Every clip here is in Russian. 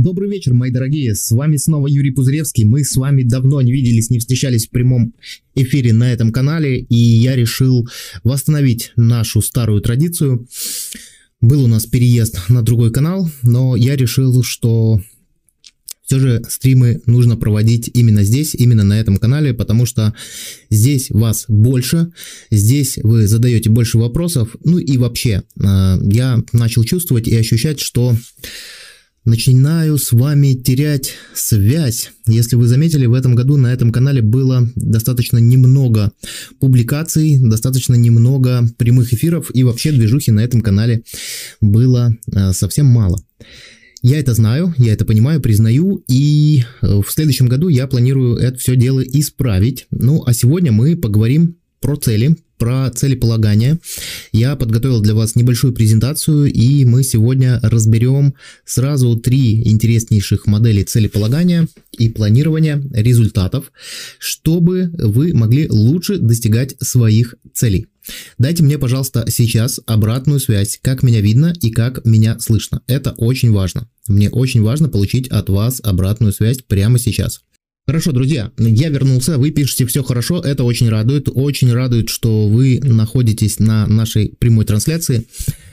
Добрый вечер, мои дорогие, с вами снова Юрий Пузыревский. Мы с вами давно не виделись, не встречались в прямом эфире на этом канале, и я решил восстановить нашу старую традицию. Был у нас переезд на другой канал, но я решил, что все же стримы нужно проводить именно здесь, именно на этом канале, потому что здесь вас больше, здесь вы задаете больше вопросов, ну и вообще я начал чувствовать и ощущать, что начинаю с вами терять связь. Если вы заметили, в этом году на этом канале было достаточно немного публикаций, достаточно немного прямых эфиров, и вообще движухи на этом канале было совсем мало. Я это знаю, я это понимаю, признаю, и в следующем году я планирую это все дело исправить. Ну, а сегодня мы поговорим про цели, про целеполагание. Я подготовил для вас небольшую презентацию, и мы сегодня разберем сразу 3 интереснейших модели целеполагания и планирования результатов, чтобы вы могли лучше достигать своих целей. Дайте мне, пожалуйста, сейчас обратную связь, как меня видно и как меня слышно. Это очень важно. Мне очень важно получить от вас обратную связь прямо сейчас. Хорошо, друзья, я вернулся, вы пишете все хорошо, это очень радует, что вы находитесь на нашей прямой трансляции.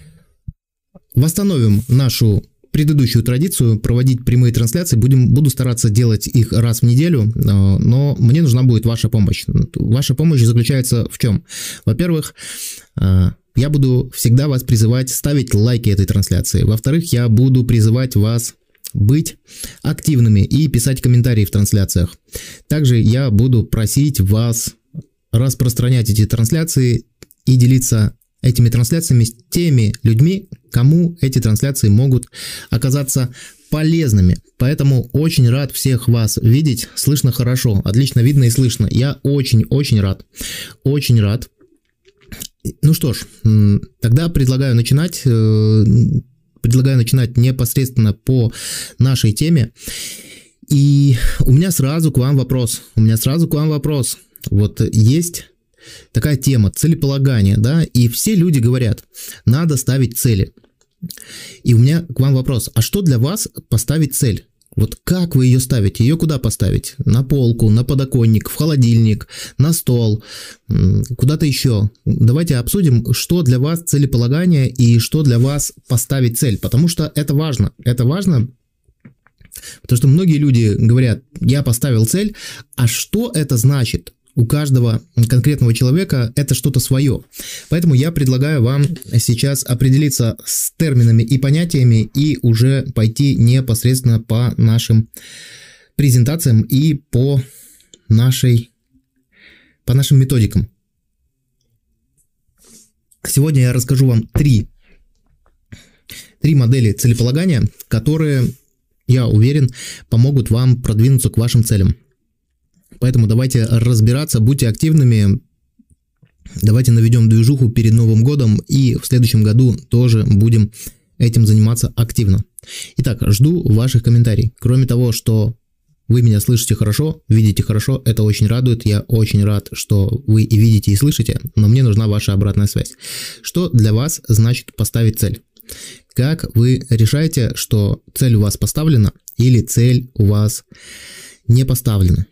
Восстановим нашу предыдущую традицию проводить прямые трансляции, буду стараться делать их раз в неделю, но мне нужна будет ваша помощь. Ваша помощь заключается в чем? Во-первых, я буду всегда вас призывать ставить лайки этой трансляции. Во-вторых, я буду призывать вас быть активными и писать комментарии в трансляциях. Также я буду просить вас распространять эти трансляции и делиться этими трансляциями с теми людьми, кому эти трансляции могут оказаться полезными. Поэтому очень рад всех вас видеть. Слышно хорошо, отлично видно и слышно. Я очень рад. Очень рад. Ну что ж, тогда предлагаю начинать непосредственно по нашей теме. И у меня сразу к вам вопрос. Вот есть такая тема целеполагания, да, и все люди говорят, надо ставить цели. И у меня к вам вопрос, а что для вас поставить цель? Вот как вы ее ставите? Ее куда поставить? На полку, на подоконник, в холодильник, на стол, куда-то еще. Давайте обсудим, что для вас целеполагание и что для вас поставить цель. Потому что это важно. Это важно, потому что многие люди говорят, я поставил цель, а что это значит? У каждого конкретного человека это что-то свое. Поэтому я предлагаю вам сейчас определиться с терминами и понятиями и уже пойти непосредственно по нашим презентациям и по нашим методикам. Сегодня я расскажу вам три модели целеполагания, которые, я уверен, помогут вам продвинуться к вашим целям. Поэтому давайте разбираться, будьте активными, давайте наведем движуху перед Новым годом и в следующем году тоже будем этим заниматься активно. Итак, жду ваших комментариев. Кроме того, что вы меня слышите хорошо, видите хорошо, это очень радует, я очень рад, что вы и видите, и слышите, но мне нужна ваша обратная связь. Что для вас значит поставить цель? Как вы решаете, что цель у вас поставлена или цель у вас не поставлена?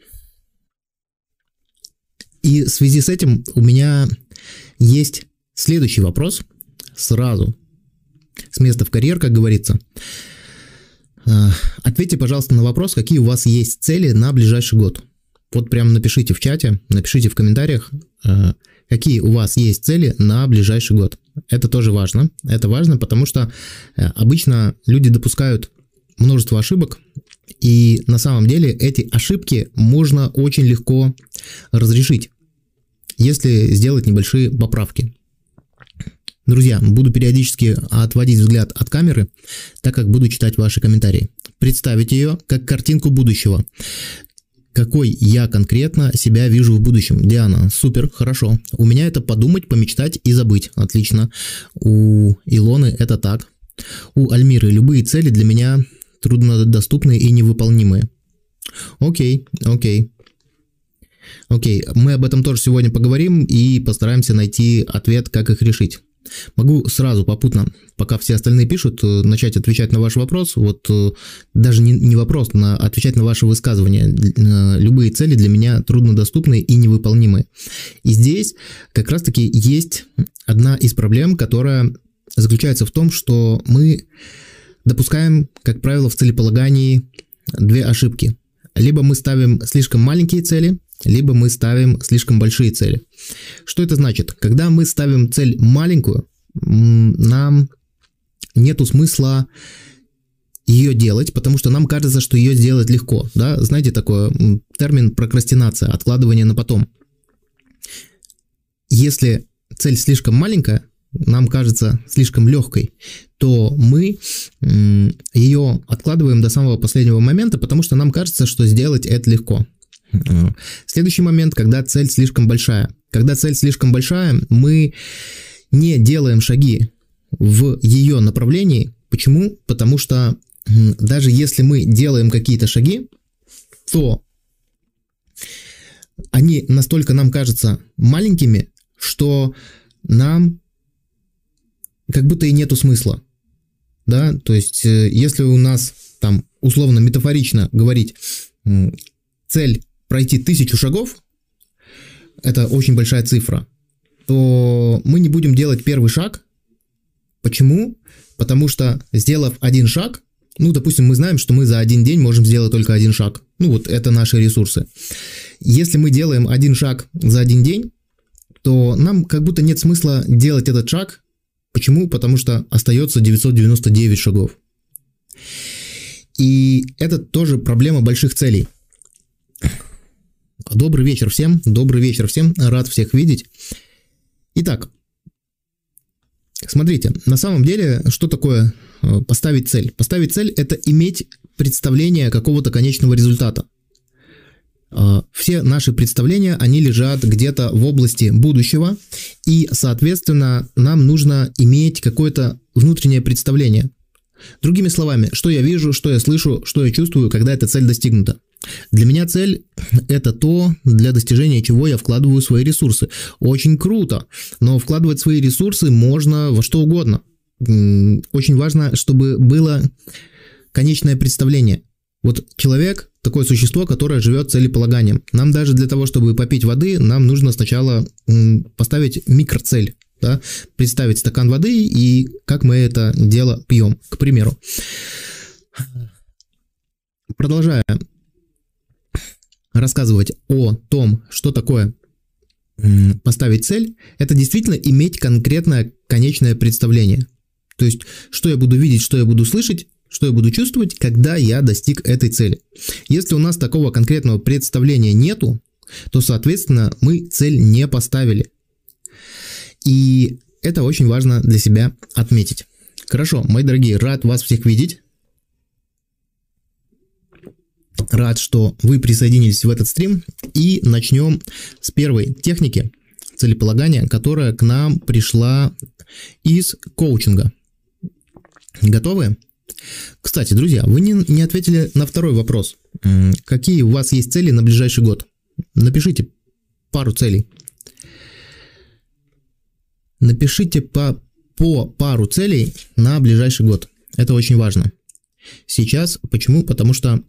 И в связи с этим у меня есть следующий вопрос, сразу, с места в карьер, как говорится. Ответьте, пожалуйста, на вопрос, какие у вас есть цели на ближайший год. Вот прям напишите в чате, напишите в комментариях, какие у вас есть цели на ближайший год. Это тоже важно. Это важно, потому что обычно люди допускают множество ошибок, и на самом деле эти ошибки можно очень легко разрешить, если сделать небольшие поправки. Друзья, буду периодически отводить взгляд от камеры, так как буду читать ваши комментарии. Представить ее как картинку будущего. Какой я конкретно себя вижу в будущем? Диана, супер, хорошо. У меня это подумать, помечтать и забыть. Отлично. У Илоны это так. У Альмиры любые цели для меня труднодоступные и невыполнимые. Окей. Мы об этом тоже сегодня поговорим и постараемся найти ответ, как их решить. Могу сразу попутно, пока все остальные пишут, начать отвечать на ваш вопрос. Вот даже не вопрос, а отвечать на ваши высказывания. Любые цели для меня труднодоступны и невыполнимые. И здесь как раз-таки есть одна из проблем, которая заключается в том, что мы допускаем, как правило, в целеполагании две ошибки. Либо мы ставим слишком маленькие цели, либо мы ставим слишком большие цели. Что это значит? Когда мы ставим цель маленькую, нам нету смысла ее делать, потому что нам кажется, что ее сделать легко. Да? Знаете, такой термин прокрастинация, откладывание на потом. Если цель слишком маленькая, нам кажется слишком легкой, то мы ее откладываем до самого последнего момента, потому что нам кажется, что сделать это легко. Следующий момент, когда цель слишком большая. Когда цель слишком большая, мы не делаем шаги в ее направлении. Почему? Потому что даже если мы делаем какие-то шаги, то они настолько нам кажутся маленькими, что нам как будто и нету смысла. Да? То есть, если у нас там условно метафорично говорить цель пройти 1000 шагов, это очень большая цифра, то мы не будем делать первый шаг. Почему? Потому что, сделав один шаг, ну, допустим, мы знаем, что мы за один день можем сделать только один шаг. Ну, вот это наши ресурсы. Если мы делаем один шаг за один день, то нам как будто нет смысла делать этот шаг. Почему? Потому что остается 999 шагов. И это тоже проблема больших целей. Добрый вечер всем, рад всех видеть. Итак, смотрите, на самом деле, что такое поставить цель? Поставить цель – это иметь представление какого-то конечного результата. Все наши представления, они лежат где-то в области будущего, и, соответственно, нам нужно иметь какое-то внутреннее представление. Другими словами, что я вижу, что я слышу, что я чувствую, когда эта цель достигнута. Для меня цель – это то, для достижения чего я вкладываю свои ресурсы. Очень круто, но вкладывать свои ресурсы можно во что угодно. Очень важно, чтобы было конечное представление. Вот человек – такое существо, которое живет целеполаганием. Нам даже для того, чтобы попить воды, нам нужно сначала поставить микроцель. Да, представить стакан воды и как мы это дело пьем, к примеру. Продолжая рассказывать о том, что такое поставить цель, это действительно иметь конкретное конечное представление. То есть, что я буду видеть, что я буду слышать, что я буду чувствовать, когда я достиг этой цели. Если у нас такого конкретного представления нету, то, соответственно, мы цель не поставили. И это очень важно для себя отметить. Хорошо, мои дорогие, рад вас всех видеть. Рад, что вы присоединились в этот стрим. И начнем с первой техники целеполагания, которая к нам пришла из коучинга. Готовы? Кстати, друзья, вы не ответили на второй вопрос. Какие у вас есть цели на ближайший год? Напишите пару целей. Напишите по пару целей на ближайший год. Это очень важно. Сейчас. Почему? Потому что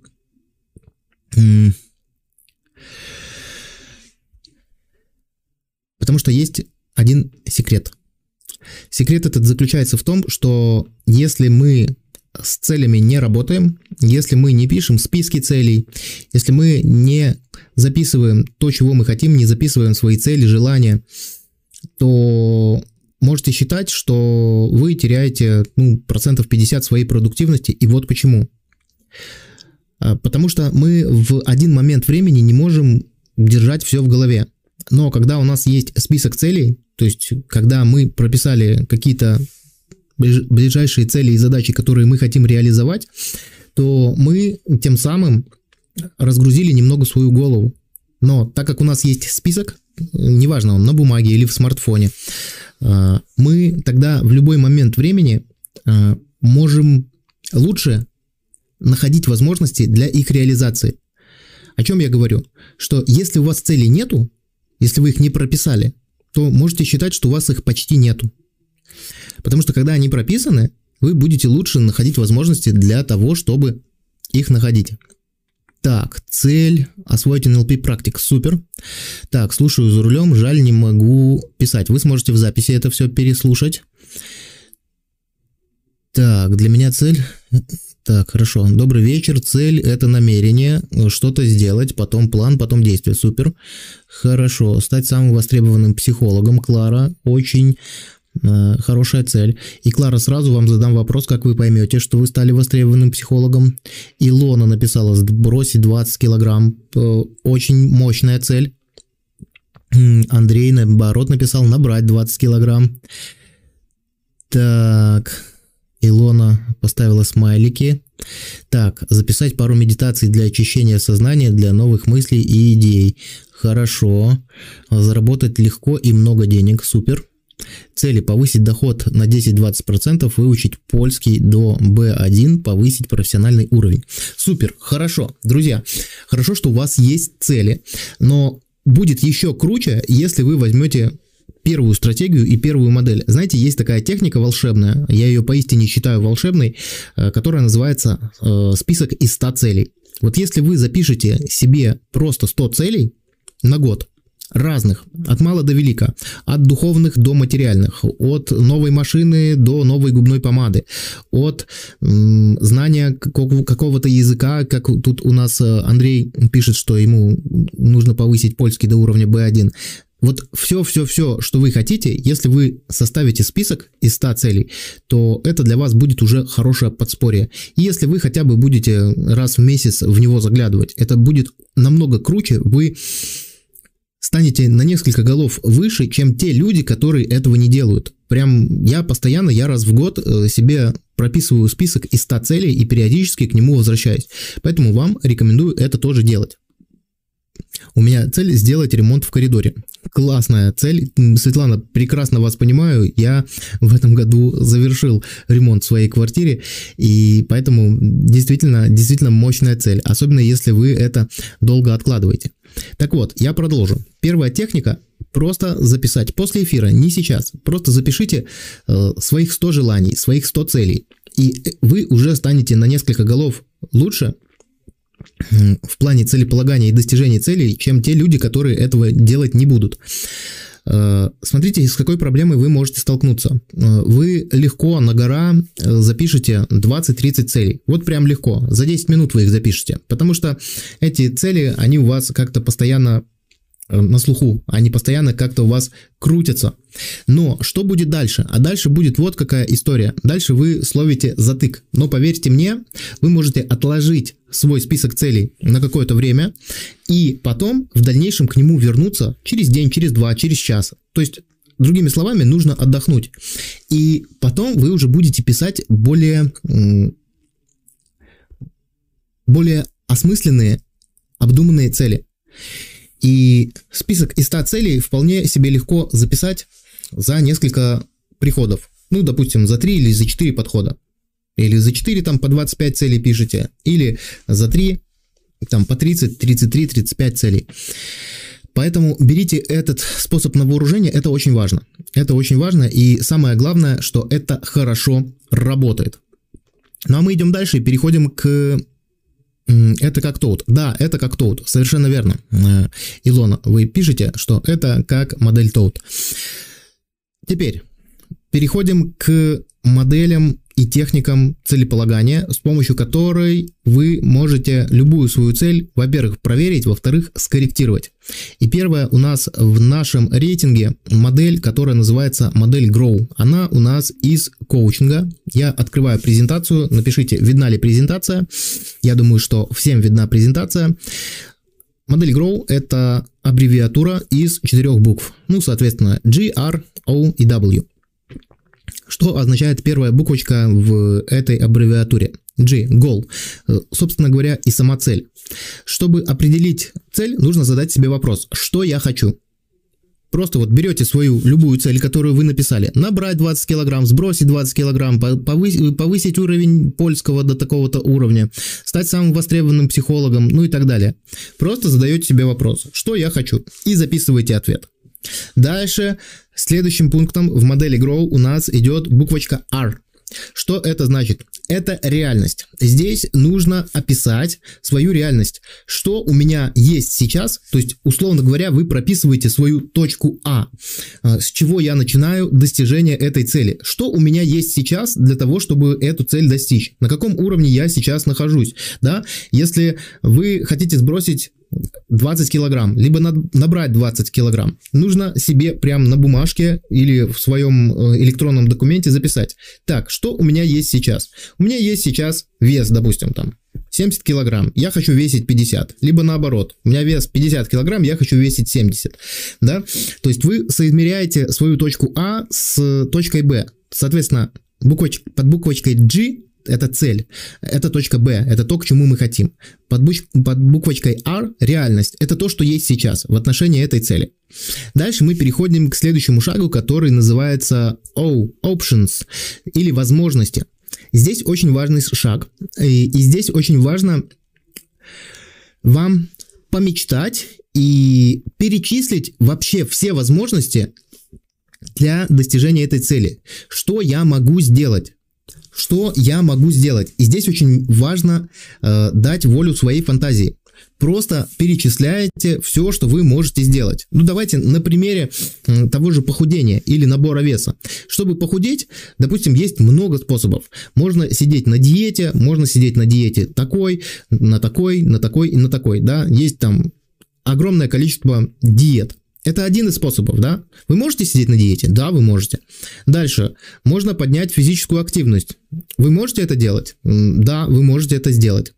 есть один секрет. Секрет этот заключается в том, что если мы с целями не работаем, если мы не пишем списки целей, если мы не записываем то, чего мы хотим, не записываем свои цели, желания, то можете считать, что вы теряете 50% своей продуктивности. И вот почему. Потому что мы в один момент времени не можем держать все в голове. Но когда у нас есть список целей, то есть когда мы прописали какие-то ближайшие цели и задачи, которые мы хотим реализовать, то мы тем самым разгрузили немного свою голову. Но так как у нас есть список, неважно, он на бумаге или в смартфоне, мы тогда в любой момент времени можем лучше находить возможности для их реализации. О чем я говорю? Что если у вас целей нету, если вы их не прописали, то можете считать, что у вас их почти нету. Потому что когда они прописаны, вы будете лучше находить возможности для того, чтобы их находить. Так, цель освоить NLP практик, супер. Так, слушаю за рулем, жаль, не могу писать. Вы сможете в записи это все переслушать. Так, для меня цель... Так, хорошо. Добрый вечер. Цель – это намерение, что-то сделать, потом план, потом действие. Супер. Хорошо. Стать самым востребованным психологом. Клара, очень хорошая цель. И, Клара, сразу вам задам вопрос, как вы поймете, что вы стали востребованным психологом. Илона написала сбросить 20 килограмм. Очень мощная цель. Андрей, наоборот, написал набрать 20 килограмм. Так... Илона поставила смайлики. Так, записать пару медитаций для очищения сознания, для новых мыслей и идей. Хорошо. Заработать легко и много денег. Супер. Цели: повысить доход на 10-20%, выучить польский до B1, повысить профессиональный уровень. Супер. Хорошо. Друзья, хорошо, что у вас есть цели, но будет еще круче, если вы возьмете первую стратегию и первую модель. Знаете, есть такая техника волшебная, я ее поистине считаю волшебной, которая называется список из 100 целей. Вот если вы запишете себе просто 100 целей на год, разных, от мала до велика, от духовных до материальных, от новой машины до новой губной помады, от знания какого-то языка, как тут у нас Андрей пишет, что ему нужно повысить польский до уровня B1. Вот все, что вы хотите, если вы составите список из 100 целей, то это для вас будет уже хорошее подспорье. И если вы хотя бы будете раз в месяц в него заглядывать, это будет намного круче, вы станете на несколько голов выше, чем те люди, которые этого не делают. Прям я раз в год себе прописываю список из 100 целей и периодически к нему возвращаюсь. Поэтому вам рекомендую это тоже делать. У меня цель сделать ремонт в коридоре. Классная цель. Светлана, прекрасно вас понимаю. Я в этом году завершил ремонт в своей квартире, и поэтому действительно мощная цель, особенно если вы это долго откладываете. Так вот, я продолжу. Первая техника – просто записать. После эфира, не сейчас. Просто запишите своих 100 желаний, своих 100 целей, и вы уже станете на несколько голов лучше в плане целеполагания и достижения целей, чем те люди, которые этого делать не будут. Смотрите, с какой проблемой вы можете столкнуться. Вы легко на гора запишете 20-30 целей. Вот прям легко. За 10 минут вы их запишете. Потому что эти цели, они у вас как-то постоянно на слуху, они постоянно как-то у вас крутятся. Но что будет дальше? А дальше будет вот какая история. Дальше вы словите затык. Но поверьте мне, вы можете отложить свой список целей на какое-то время и потом в дальнейшем к нему вернуться через день, через два, через час. То есть, другими словами, нужно отдохнуть. И потом вы уже будете писать более осмысленные, обдуманные цели. И список из 100 целей вполне себе легко записать за несколько приходов. Ну, допустим, за 3 или за 4 подхода. Или за 4 там по 25 целей пишете. Или за 3 там по 30, 33, 35 целей. Поэтому берите этот способ на вооружение, это очень важно. Это очень важно, и самое главное, что это хорошо работает. Ну а мы идем дальше и переходим к... Это как Toad. Да, это как Toad. Совершенно верно. Илона, вы пишете, что это как модель Toad. Теперь переходим к моделям и техникам целеполагания, с помощью которой вы можете любую свою цель, во-первых, проверить, во-вторых, скорректировать. И первая у нас в нашем рейтинге модель, которая называется модель Grow. Она у нас из коучинга. Я открываю презентацию. Напишите, видна ли презентация. Я думаю, что всем видна презентация. Модель Grow – это аббревиатура из 4 букв. Ну, соответственно, G, R, O и W. Что означает первая буквочка в этой аббревиатуре? G – goal. Собственно говоря, и сама цель. Чтобы определить цель, нужно задать себе вопрос: что я хочу? Просто вот берете свою любую цель, которую вы написали. Набрать 20 килограмм, сбросить 20 килограмм, повысить уровень польского до такого-то уровня, стать самым востребованным психологом, ну и так далее. Просто задаете себе вопрос: что я хочу? И записываете ответ. Дальше, следующим пунктом в модели Grow у нас идет буквочка R. Что это значит? Это реальность. Здесь нужно описать свою реальность. Что у меня есть сейчас, то есть, условно говоря, вы прописываете свою точку А, с чего я начинаю достижение этой цели. Что у меня есть сейчас для того, чтобы эту цель достичь? На каком уровне я сейчас нахожусь? Да? Если вы хотите сбросить 20 килограмм, либо набрать 20 килограмм, нужно себе прям на бумажке или в своем электронном документе записать. Так, что у меня есть сейчас? У меня есть сейчас вес, допустим, там 70 килограмм, я хочу весить 50, либо наоборот, у меня вес 50 килограмм, я хочу весить 70, да? То есть вы соизмеряете свою точку А с точкой Б, соответственно, под буквочкой G это цель, это точка Б, это то, к чему мы хотим. Под буквочкой R реальность, это то, что есть сейчас в отношении этой цели. Дальше мы переходим к следующему шагу, который называется Options, или возможности. Здесь очень важный шаг, и здесь очень важно вам помечтать и перечислить вообще все возможности для достижения этой цели. Что я могу сделать? Что я могу сделать? И здесь очень важно дать волю своей фантазии. Просто перечисляете все, что вы можете сделать. Ну, давайте на примере того же похудения или набора веса. Чтобы похудеть, допустим, есть много способов. Можно сидеть на диете такой, на такой, на такой и на такой. Да? Есть там огромное количество диет. Это один из способов, да? Вы можете сидеть на диете? Да, вы можете. Дальше. Можно поднять физическую активность. Вы можете это делать? Да, вы можете это сделать.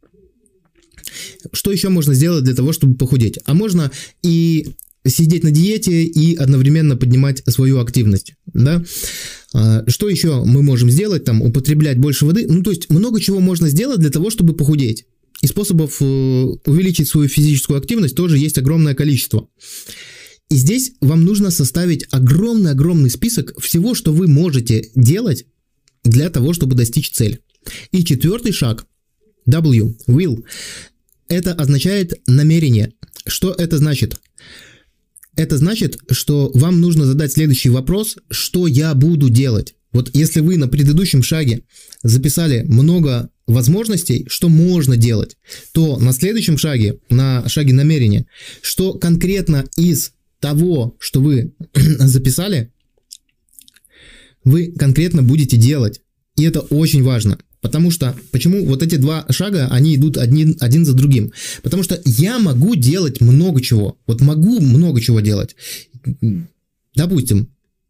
Что еще можно сделать для того, чтобы похудеть? А можно и сидеть на диете и одновременно поднимать свою активность, да? Что еще мы можем сделать? Там, употреблять больше воды. Ну, то есть, много чего можно сделать для того, чтобы похудеть. И способов увеличить свою физическую активность тоже есть огромное количество. И здесь вам нужно составить огромный список всего, что вы можете делать для того, чтобы достичь цели. И четвертый шаг, W, will, это означает намерение. Что это значит? Это значит, что вам нужно задать следующий вопрос, что я буду делать. Вот если вы на предыдущем шаге записали много возможностей, что можно делать, то на следующем шаге, на шаге намерения, что конкретно из того, что вы записали, вы конкретно будете делать. И это очень важно. Потому что, почему вот эти два шага, они идут один за другим? Потому что я могу делать много чего. Вот могу много чего делать. Допустим,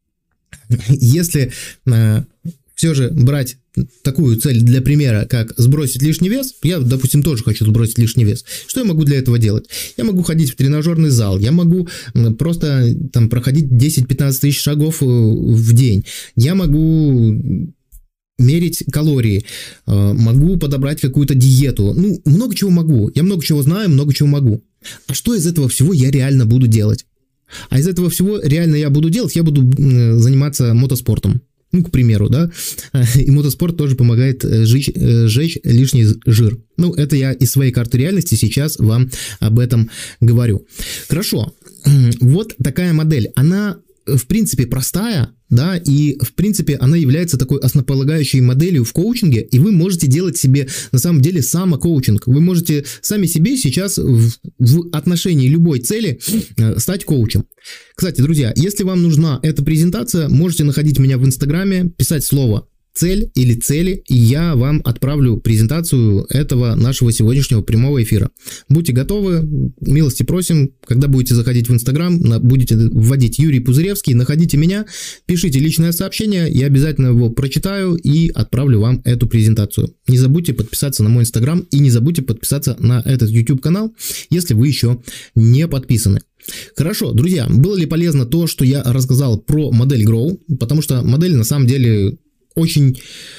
если все же брать такую цель для примера, как сбросить лишний вес, я, допустим, тоже хочу сбросить лишний вес. Что я могу для этого делать? Я могу ходить в тренажерный зал, я могу просто там проходить 10-15 тысяч шагов в день, я могу мерить калории, могу подобрать какую-то диету, ну, много чего могу, я много чего знаю, много чего могу. А что из этого всего я реально буду делать? А из этого всего реально я буду делать, я буду заниматься мотоспортом. Ну, к примеру, да, и мотоспорт тоже помогает сжечь лишний жир. Ну, это я из своей карты реальности сейчас вам об этом говорю. Хорошо, вот такая модель, она в принципе простая, да, и в принципе она является такой основополагающей моделью в коучинге, и вы можете делать себе на самом деле самокоучинг. Вы можете сами себе сейчас в отношении любой цели стать коучем. Кстати, друзья, если вам нужна эта презентация, можете находить меня в Инстаграме, писать слово «цель» или «цели», и я вам отправлю презентацию этого нашего сегодняшнего прямого эфира. Будьте готовы, милости просим, когда будете заходить в Инстаграм, будете вводить Юрий Пузыревский, находите меня, пишите личное сообщение, я обязательно его прочитаю и отправлю вам эту презентацию. Не забудьте подписаться на мой Инстаграм и не забудьте подписаться на этот YouTube канал, если вы еще не подписаны. Хорошо, друзья, было ли полезно то, что я рассказал про модель Grow, потому что модель на самом деле очень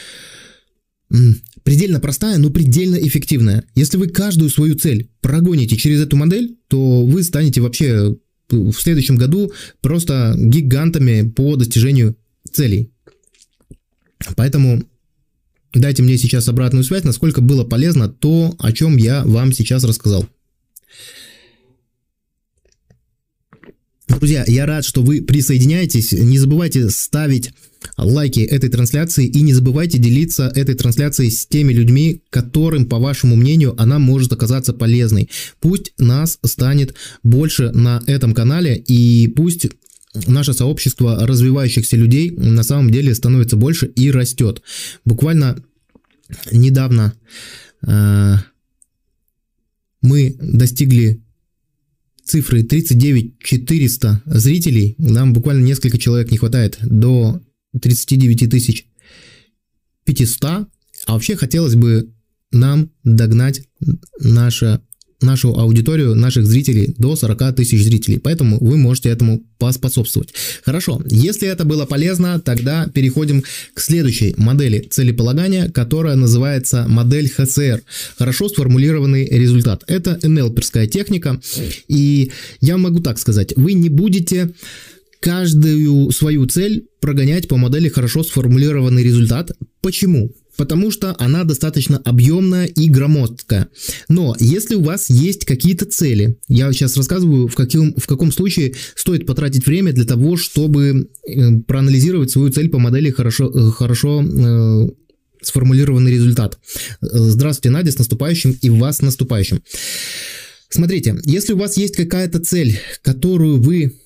предельно простая, но предельно эффективная. Если вы каждую свою цель прогоните через эту модель, то вы станете вообще в следующем году просто гигантами по достижению целей. Поэтому дайте мне сейчас обратную связь, насколько было полезно то, о чем я вам сейчас рассказал. Друзья, я рад, что вы присоединяетесь. Не забывайте ставить лайки этой трансляции и не забывайте делиться этой трансляцией с теми людьми, которым, по вашему мнению, она может оказаться полезной. Пусть нас станет больше на этом канале, и пусть наше сообщество развивающихся людей на самом деле становится больше и растет. Буквально недавно мы достигли цифры 39 400 зрителей. Нам буквально несколько человек не хватает до 39 500. А вообще хотелось бы нам догнать нашу аудиторию, наших зрителей до 40 тысяч зрителей. Поэтому вы можете этому поспособствовать. Хорошо, если это было полезно, тогда переходим к следующей модели целеполагания, которая называется модель ХСР. Хорошо сформулированный результат. Это НЛПерская техника. И я могу так сказать, вы не будете каждую свою цель прогонять по модели хорошо сформулированный результат. Почему? Потому что она достаточно объемная и громоздкая. Но если у вас есть какие-то цели, я сейчас рассказываю, в каком случае стоит потратить время для того, чтобы проанализировать свою цель по модели хорошо сформулированный результат. Здравствуйте, Надя, с наступающим и вас с наступающим. Смотрите, если у вас есть какая-то цель, которую вы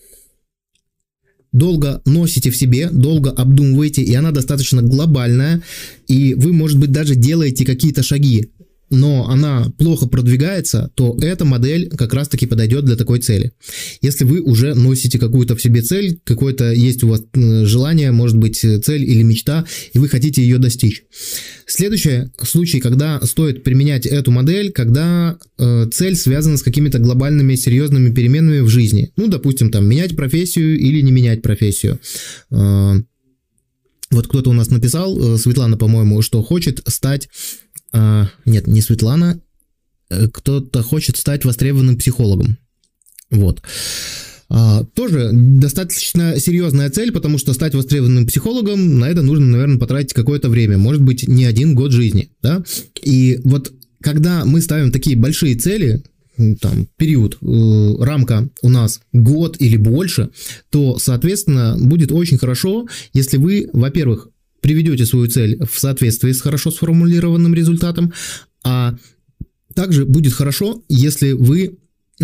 долго носите в себе, долго обдумываете, и она достаточно глобальная, и вы, может быть, даже делаете какие-то шаги, но она плохо продвигается, то эта модель как раз-таки подойдет для такой цели. Если вы уже носите какую-то в себе цель, какое-то есть у вас желание, может быть, цель или мечта, и вы хотите ее достичь. Следующий случай, когда стоит применять эту модель, когда цель связана с какими-то глобальными серьезными переменами в жизни. Ну, допустим, там, менять профессию или не менять профессию. Вот кто-то у нас написал, Светлана, по-моему, что хочет стать... Нет, не Светлана, кто-то хочет стать востребованным психологом. Вот. Тоже достаточно серьезная цель, потому что стать востребованным психологом, на это нужно, наверное, потратить какое-то время, может быть, не 1 год жизни, да? И вот когда мы ставим такие большие цели, там, период, рамка у нас год или больше, то, соответственно, будет очень хорошо, если вы, во-первых, приведете свою цель в соответствии с хорошо сформулированным результатом, а также будет хорошо, если вы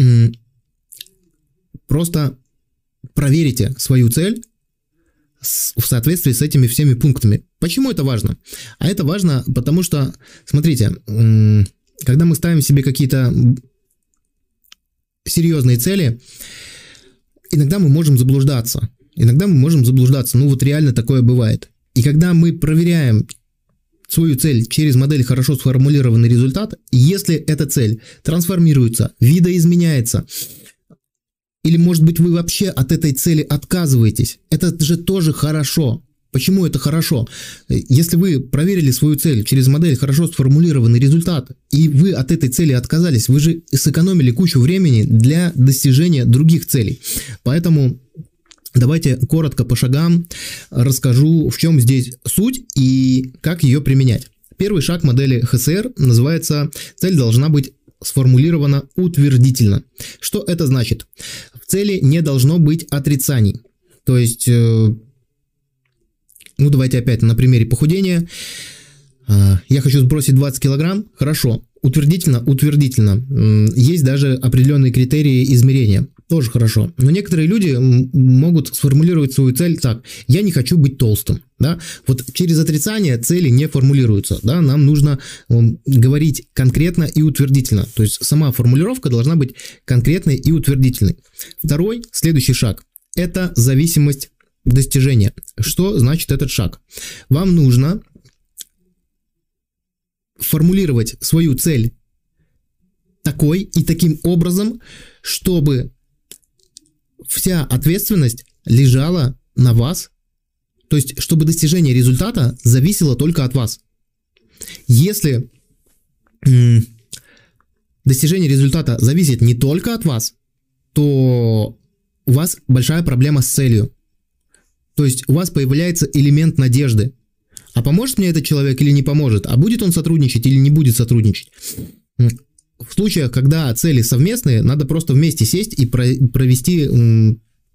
просто проверите свою цель в соответствии с этими всеми пунктами. Почему это важно? А это важно, потому что, смотрите, когда мы ставим себе какие-то серьезные цели, иногда мы можем заблуждаться. Ну вот реально такое бывает. И когда мы проверяем свою цель через модель хорошо сформулированный результат, если эта цель трансформируется, видоизменяется, или, может быть, вы вообще от этой цели отказываетесь, это же тоже хорошо. Почему это хорошо? Если вы проверили свою цель через модель хорошо сформулированный результат, и вы от этой цели отказались, вы же сэкономили кучу времени для достижения других целей. Поэтому... Давайте коротко по шагам расскажу, в чем здесь суть и как ее применять. Первый шаг модели ХСР называется «Цель должна быть сформулирована утвердительно». Что это значит? В цели не должно быть отрицаний. То есть, ну давайте опять на примере похудения. Я хочу сбросить 20 килограмм. Хорошо. Утвердительно. Есть даже определенные критерии измерения. Тоже хорошо. Но некоторые люди могут сформулировать свою цель так: я не хочу быть толстым. Да? Вот через отрицание цели не формулируются. Да? Нам нужно говорить конкретно и утвердительно. То есть сама формулировка должна быть конкретной и утвердительной. Второй, следующий шаг – это зависимость достижения. Что значит этот шаг? Вам нужно формулировать свою цель такой и таким образом, чтобы вся ответственность лежала на вас, то есть чтобы достижение результата зависело только от вас. Если достижение результата зависит не только от вас, то у вас большая проблема с целью. То есть у вас появляется элемент надежды. А поможет мне этот человек или не поможет? А будет он сотрудничать или не будет сотрудничать? В случаях, когда цели совместные, надо просто вместе сесть и провести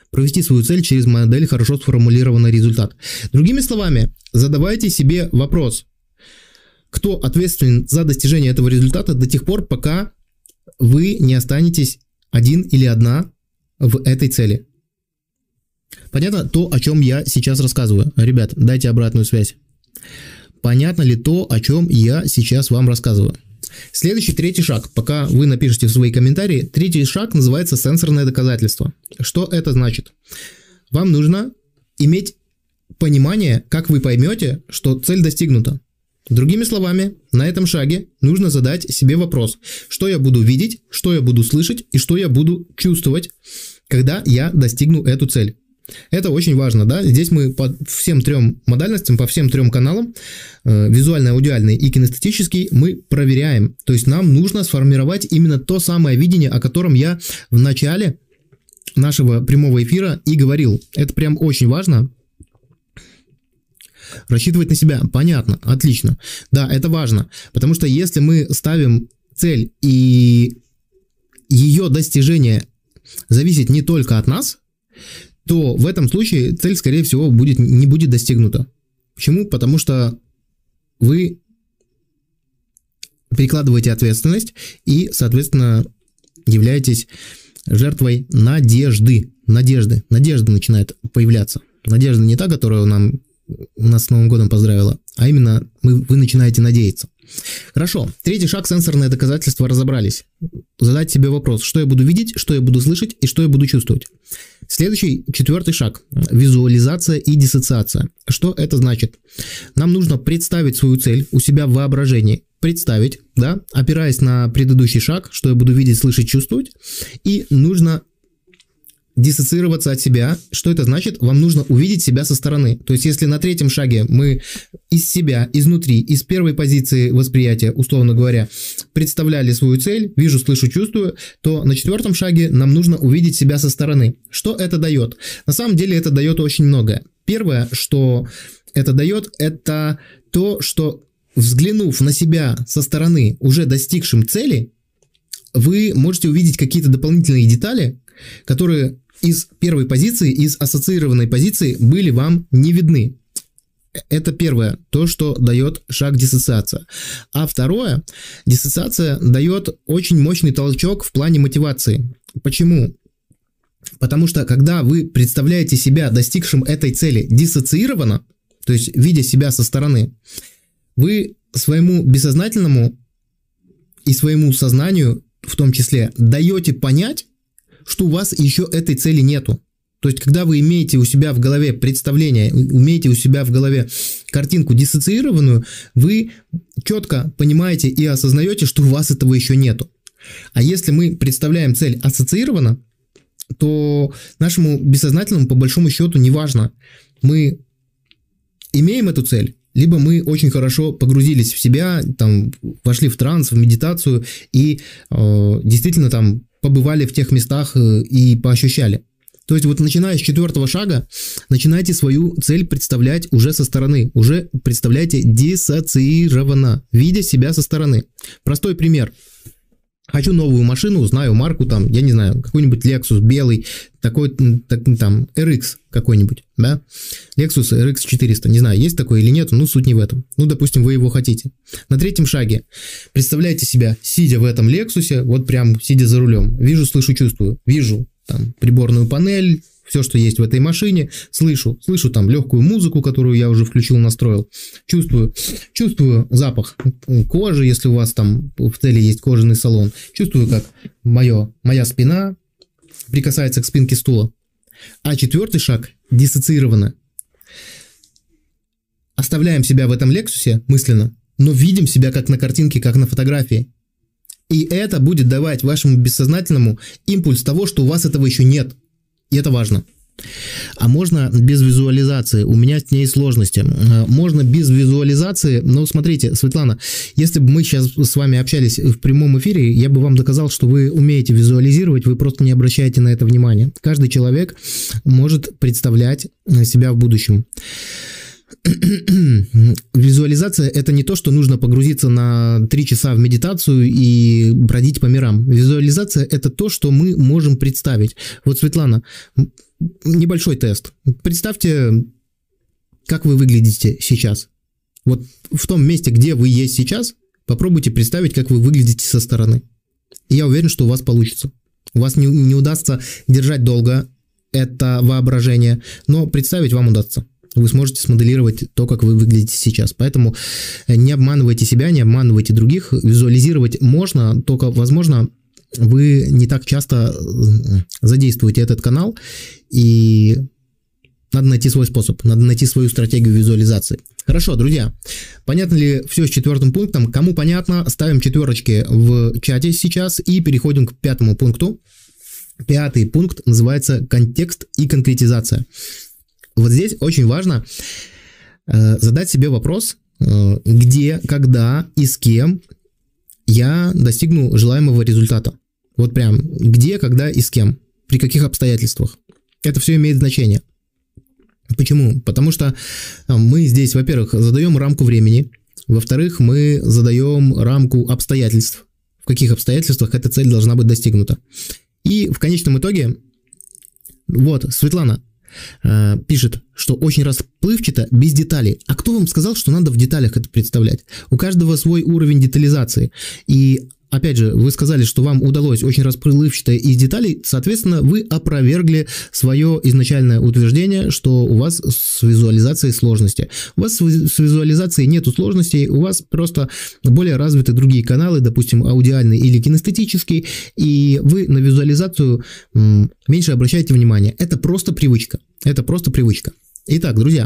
провести свою цель через модель хорошо сформулированный результат. Другими словами, задавайте себе вопрос, кто ответственен за достижение этого результата до тех пор, пока вы не останетесь один или одна в этой цели. Понятно то, о чем я сейчас рассказываю? Ребят, дайте обратную связь. Понятно ли то, о чем я сейчас вам рассказываю? Следующий, третий шаг, пока вы напишите в свои комментарии, третий шаг называется сенсорное доказательство. Что это значит? Вам нужно иметь понимание, как вы поймете, что цель достигнута. Другими словами, на этом шаге нужно задать себе вопрос, что я буду видеть, что я буду слышать и что я буду чувствовать, когда я достигну эту цель. Это очень важно, да? Здесь мы по всем трем модальностям, по всем трем каналам, визуальный, аудиальный и кинестетический, мы проверяем. То есть нам нужно сформировать именно то самое видение, о котором я в начале нашего прямого эфира и говорил. Это прям очень важно. Рассчитывать на себя. Понятно, отлично. Да, это важно, потому что если мы ставим цель и ее достижение зависит не только от нас, то в этом случае цель, скорее всего, не будет достигнута. Почему? Потому что вы перекладываете ответственность и, соответственно, являетесь жертвой надежды. Надежда начинает появляться. Надежда не та, которая нас с Новым годом поздравила, а именно вы начинаете надеяться. Хорошо. Третий шаг — сенсорное доказательство, разобрались. Задать себе вопрос, что я буду видеть, что я буду слышать и что я буду чувствовать. Следующий, четвертый шаг – визуализация и диссоциация. Что это значит? Нам нужно представить свою цель у себя в воображении. Представить, да, опираясь на предыдущий шаг, что я буду видеть, слышать, чувствовать. И нужно диссоциироваться от себя. Что это значит? Вам нужно увидеть себя со стороны. То есть, если на третьем шаге мы из себя, изнутри, из первой позиции восприятия, условно говоря, представляли свою цель, вижу, слышу, чувствую, то на четвертом шаге нам нужно увидеть себя со стороны. Что это дает? На самом деле это дает очень многое. Первое, что это дает, это то, что, взглянув на себя со стороны, уже достигшим цели, вы можете увидеть какие-то дополнительные детали, которые из первой позиции, из ассоциированной позиции были вам не видны. Это первое, то, что дает шаг диссоциация. А второе, диссоциация дает очень мощный толчок в плане мотивации. Почему? Потому что, когда вы представляете себя достигшим этой цели диссоциированно, то есть видя себя со стороны, вы своему бессознательному и своему сознанию, в том числе, даете понять, что у вас еще этой цели нету. То есть, когда вы имеете у себя в голове представление, имеете у себя в голове картинку диссоциированную, вы четко понимаете и осознаете, что у вас этого еще нету. А если мы представляем цель ассоциированно, то нашему бессознательному, по большому счету, не важно, мы имеем эту цель, либо мы очень хорошо погрузились в себя, там, вошли в транс, в медитацию и действительно там побывали в тех местах и поощущали. То есть вот начиная с четвертого шага, начинайте свою цель представлять уже со стороны, уже представляйте диссоциированно, видя себя со стороны. Простой пример. Хочу новую машину, знаю марку, там, я не знаю, какой-нибудь Lexus белый, такой, там, RX какой-нибудь, да? Lexus RX 400, не знаю, есть такой или нет, ну, суть не в этом. Ну, допустим, вы его хотите. На третьем шаге представляете себя, сидя в этом Lexus, вот прям сидя за рулем. Вижу, слышу, чувствую. Вижу там приборную панель, все, что есть в этой машине, слышу там легкую музыку, которую я уже включил, настроил, чувствую запах кожи, если у вас там в цели есть кожаный салон, чувствую, как моя спина прикасается к спинке стула. А четвертый шаг диссоциированно. Оставляем себя в этом Лексусе мысленно, но видим себя как на картинке, как на фотографии. И это будет давать вашему бессознательному импульс того, что у вас этого еще нет. И это важно. А можно без визуализации? У меня с ней сложности. Можно без визуализации, но смотрите, Светлана, если бы мы сейчас с вами общались в прямом эфире, я бы вам доказал, что вы умеете визуализировать, вы просто не обращаете на это внимания. Каждый человек может представлять себя в будущем. Визуализация — это не то, что нужно погрузиться на 3 часа в медитацию и бродить по мирам. Визуализация — это то, что мы можем представить. Вот, Светлана, небольшой тест. Представьте, как вы выглядите сейчас. Вот в том месте, где вы есть сейчас, попробуйте представить, как вы выглядите со стороны. И я уверен, что у вас получится. У вас не удастся держать долго это воображение, но представить вам удастся. Вы сможете смоделировать то, как вы выглядите сейчас. Поэтому не обманывайте себя, не обманывайте других. Визуализировать можно, только, возможно, вы не так часто задействуете этот канал, и надо найти свой способ, надо найти свою стратегию визуализации. Хорошо, друзья, понятно ли все с 4 пунктом? Кому понятно, ставим 4 в чате сейчас и переходим к 5 пункту. 5 пункт называется «Контекст и конкретизация». Вот здесь очень важно задать себе вопрос, где, когда и с кем я достигну желаемого результата. Вот прям где, когда и с кем, при каких обстоятельствах. Это все имеет значение. Почему? Потому что мы здесь, во-первых, задаем рамку времени, во-вторых, мы задаем рамку обстоятельств, в каких обстоятельствах эта цель должна быть достигнута. И в конечном итоге, вот, Светлана пишет, что очень расплывчато, без деталей. А кто вам сказал, что надо в деталях это представлять? У каждого свой уровень детализации. И опять же, вы сказали, что вам удалось очень расплывчато из деталей, соответственно, вы опровергли свое изначальное утверждение, что у вас с визуализацией сложности. У вас с визуализацией нету сложностей, у вас просто более развиты другие каналы, допустим, аудиальный или кинестетический, и вы на визуализацию меньше обращаете внимание. Это просто привычка. Это просто привычка. Итак, друзья,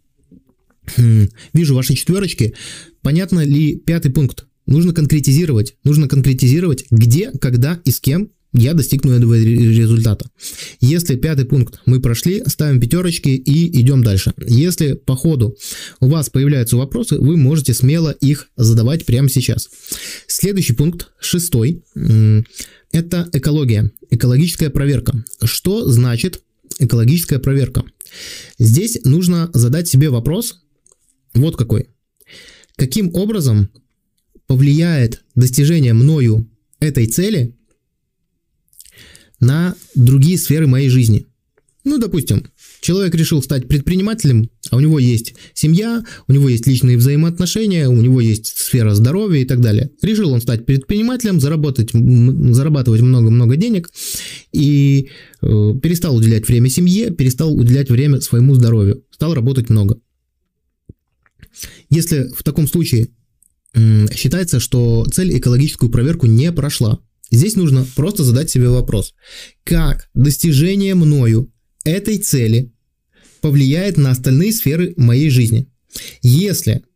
вижу ваши 4. Понятно ли 5 пункт? Нужно конкретизировать, где, когда и с кем я достигну этого результата. Если 5 пункт мы прошли, ставим 5 и идем дальше. Если по ходу у вас появляются вопросы, вы можете смело их задавать прямо сейчас. Следующий пункт, 6, это экология, экологическая проверка. Что значит экологическая проверка? Здесь нужно задать себе вопрос, вот какой. Каким образом повлияет достижение мною этой цели на другие сферы моей жизни? Ну, допустим, человек решил стать предпринимателем, а у него есть семья, у него есть личные взаимоотношения, у него есть сфера здоровья и так далее. Решил он стать предпринимателем, зарабатывать много-много денег и перестал уделять время семье, перестал уделять время своему здоровью, стал работать много. Если в таком случае считается, что цель экологическую проверку не прошла, здесь нужно просто задать себе вопрос, как достижение мною этой цели повлияет на остальные сферы моей жизни. Если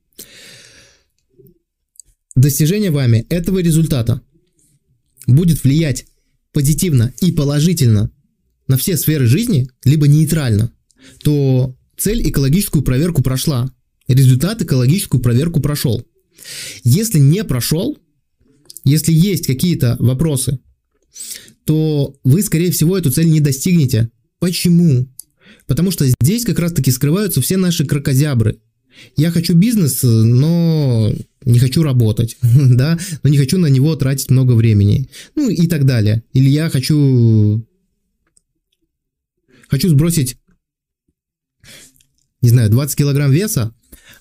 достижение вами этого результата будет влиять позитивно и положительно на все сферы жизни, либо нейтрально, то цель экологическую проверку прошла, результат экологическую проверку прошел. Если не прошел, если есть какие-то вопросы, то вы, скорее всего, эту цель не достигнете. Почему? Потому что здесь как раз-таки скрываются все наши кракозябры. Я хочу бизнес, но не хочу работать, да, но не хочу на него тратить много времени, ну и так далее. Или я хочу сбросить, не знаю, 20 килограмм веса,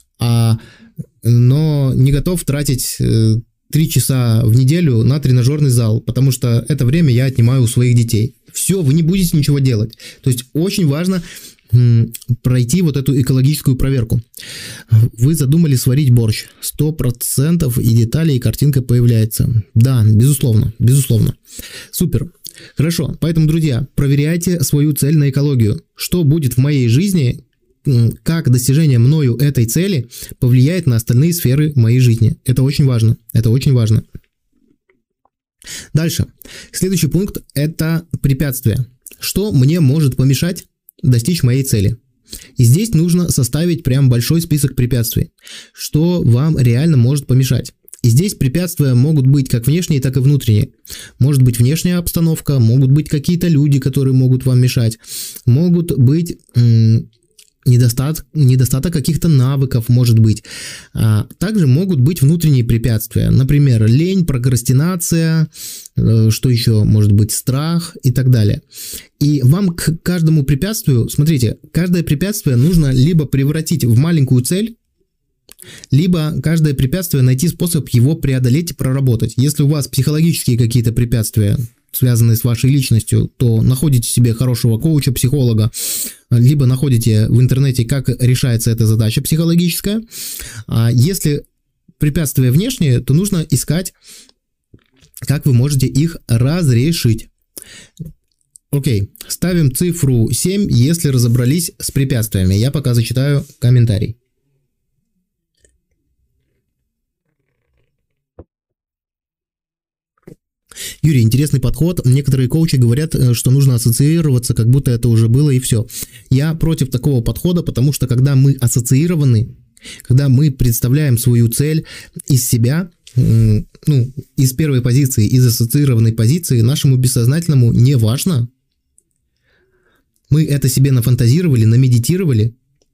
но не готов тратить 3 часа в неделю на тренажерный зал, потому что это время я отнимаю у своих детей. Все, вы не будете ничего делать. То есть очень важно пройти вот эту экологическую проверку. Вы задумали сварить борщ. 100% и детали, и картинка появляется. Да, безусловно, безусловно. Супер. Хорошо. Поэтому, друзья, проверяйте свою цель на экологию. Что будет в моей жизни, как достижение мною этой цели повлияет на остальные сферы моей жизни. Это очень важно. Это очень важно. Дальше. Следующий пункт – это препятствия. Что мне может помешать достичь моей цели? И здесь нужно составить прям большой список препятствий. Что вам реально может помешать? И здесь препятствия могут быть как внешние, так и внутренние. Может быть внешняя обстановка, могут быть какие-то люди, которые могут вам мешать. Могут быть недостаток каких-то навыков может быть. Также могут быть внутренние препятствия, например, лень, прокрастинация, что еще может быть, страх и так далее. И вам к каждому препятствию, смотрите, каждое препятствие нужно либо превратить в маленькую цель, либо каждое препятствие найти способ его преодолеть и проработать. Если у вас психологические какие-то препятствия, связанные с вашей личностью, то находите себе хорошего коуча, психолога, либо находите в интернете, как решается эта задача психологическая. А если препятствия внешние, то нужно искать, как вы можете их разрешить. Окей, ставим цифру 7, если разобрались с препятствиями. Я пока зачитаю комментарий. Юрий, интересный подход. Некоторые коучи говорят, что нужно ассоциироваться, как будто это уже было и все. Я против такого подхода, потому что когда мы ассоциированы, когда мы представляем свою цель из себя, из первой позиции, из ассоциированной позиции, нашему бессознательному не важно. Мы это себе нафантазировали, намедитировали,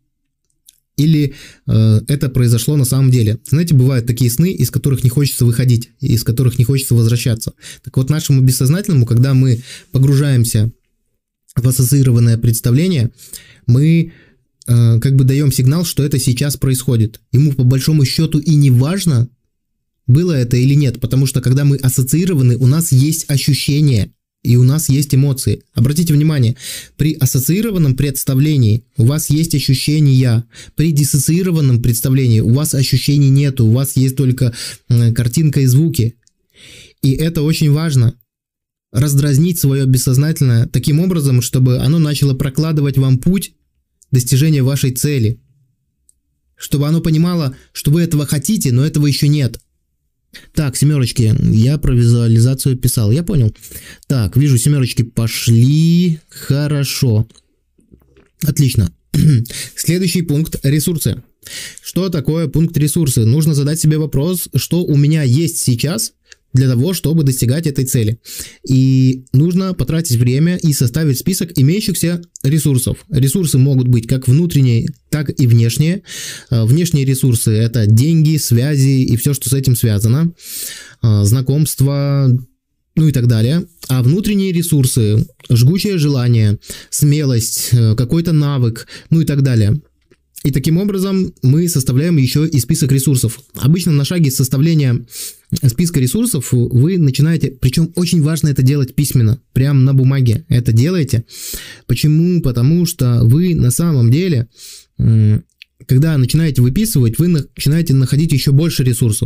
или это произошло на самом деле. Знаете, бывают такие сны, из которых не хочется выходить, из которых не хочется возвращаться. Так вот, нашему бессознательному, когда мы погружаемся в ассоциированное представление, мы как бы даем сигнал, что это сейчас происходит. Ему по большому счету и не важно, было это или нет, потому что когда мы ассоциированы, у нас есть ощущения. И у нас есть эмоции. Обратите внимание, при ассоциированном представлении у вас есть ощущения, при диссоциированном представлении у вас ощущений нету, у вас есть только картинка и звуки. И это очень важно. Раздразнить свое бессознательное таким образом, чтобы оно начало прокладывать вам путь достижения вашей цели. Чтобы оно понимало, что вы этого хотите, но этого еще нет. Так, семерочки, я про визуализацию писал, я понял. Так, вижу, семерочки пошли, хорошо. Отлично. Следующий пункт – ресурсы. Что такое пункт ресурсы? Нужно задать себе вопрос, что у меня есть сейчас для того, чтобы достигать этой цели. И нужно потратить время и составить список имеющихся ресурсов. Ресурсы могут быть как внутренние, так и внешние. Внешние ресурсы – это деньги, связи и все, что с этим связано. Знакомства, и так далее. А внутренние ресурсы – жгучее желание, смелость, какой-то навык, и так далее. И таким образом мы составляем еще и список ресурсов. Обычно на шаге составления списка ресурсов вы начинаете, причем очень важно это делать письменно, прямо на бумаге это делаете. Почему? Потому что вы на самом деле, когда начинаете выписывать, вы начинаете находить еще больше ресурсов.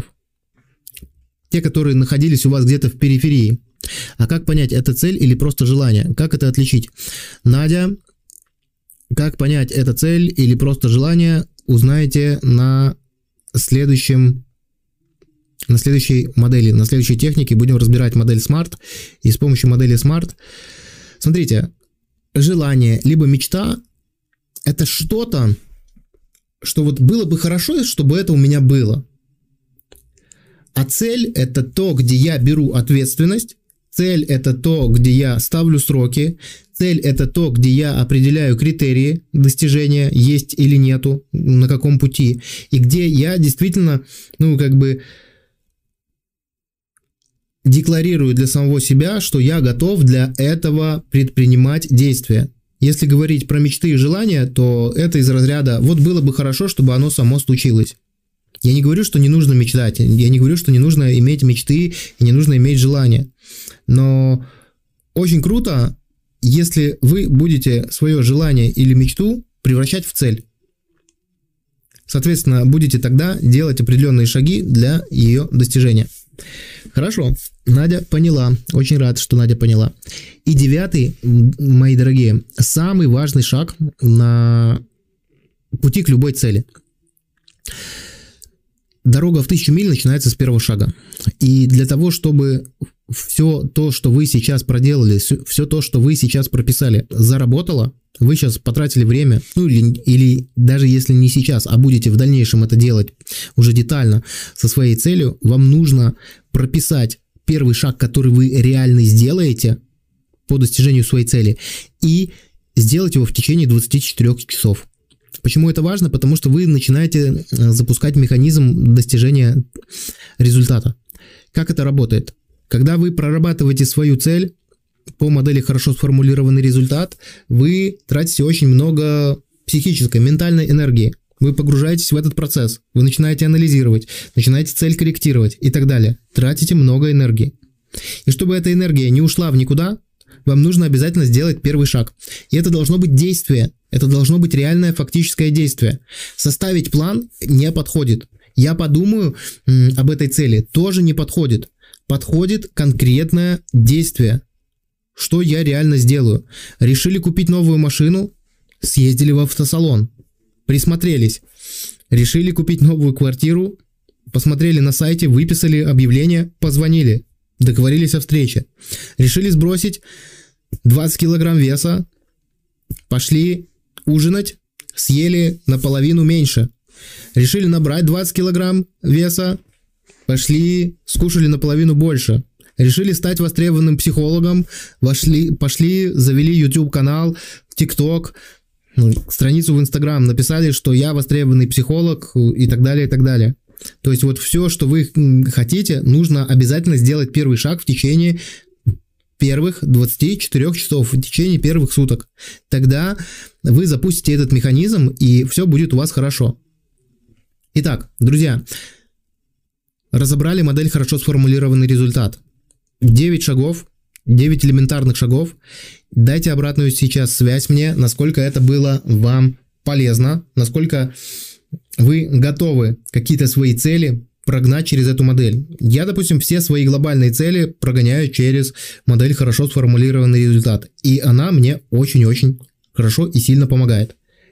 Те, которые находились у вас где-то в периферии. А как понять, это цель или просто желание? Как это отличить? Надя, как понять, это цель или просто желание, узнаете на следующей модели, на следующей технике. Будем разбирать модель SMART. И с помощью модели SMART, смотрите, желание либо мечта – это что-то, что вот было бы хорошо, чтобы это у меня было. А цель – это то, где я беру ответственность. Цель – это то, где я ставлю сроки. Цель – это то, где я определяю критерии достижения, есть или нету, на каком пути. И где я действительно, декларирую для самого себя, что я готов для этого предпринимать действия. Если говорить про мечты и желания, то это из разряда «вот было бы хорошо, чтобы оно само случилось». Я не говорю, что не нужно мечтать, я не говорю, что не нужно иметь мечты и не нужно иметь желания. Но очень круто, если вы будете свое желание или мечту превращать в цель. Соответственно, будете тогда делать определенные шаги для ее достижения. Хорошо, Надя поняла. Очень рад, что Надя поняла. И 9, мои дорогие, самый важный шаг на пути к любой цели. Дорога в 1000 миль начинается с первого шага. И для того, чтобы все то, что вы сейчас проделали, все то, что вы сейчас прописали, заработало, вы сейчас потратили время, или даже если не сейчас, а будете в дальнейшем это делать уже детально со своей целью, вам нужно прописать первый шаг, который вы реально сделаете по достижению своей цели, и сделать его в течение 24 часов. Почему это важно? Потому что вы начинаете запускать механизм достижения результата. Как это работает? Когда вы прорабатываете свою цель по модели «хорошо сформулированный результат», вы тратите очень много психической, ментальной энергии. Вы погружаетесь в этот процесс, вы начинаете анализировать, начинаете цель корректировать и так далее. Тратите много энергии. И чтобы эта энергия не ушла в никуда, вам нужно обязательно сделать первый шаг. И это должно быть действие, это должно быть реальное фактическое действие. Составить план не подходит. Я подумаю об этой цели, тоже не подходит. Подходит конкретное действие. Что я реально сделаю? Решили купить новую машину? Съездили в автосалон. Присмотрелись. Решили купить новую квартиру? Посмотрели на сайте, выписали объявление, позвонили. Договорились о встрече. Решили сбросить 20 килограмм веса? Пошли ужинать? Съели наполовину меньше. Решили набрать 20 килограмм веса? Пошли, скушали наполовину больше. Решили стать востребованным психологом, пошли, завели YouTube-канал, TikTok, страницу в Instagram, написали, что я востребованный психолог и так далее, и так далее. То есть вот все, что вы хотите, нужно обязательно сделать первый шаг в течение первых 24 часов, в течение первых суток. Тогда вы запустите этот механизм, и все будет у вас хорошо. Итак, друзья, разобрали модель «хорошо сформулированный результат». 9 шагов, 9 элементарных шагов. Дайте обратную сейчас связь мне, насколько это было вам полезно, насколько вы готовы какие-то свои цели прогнать через эту модель. Я, допустим, все свои глобальные цели прогоняю через модель «хорошо сформулированный результат». И она мне очень-очень хорошо и сильно помогает.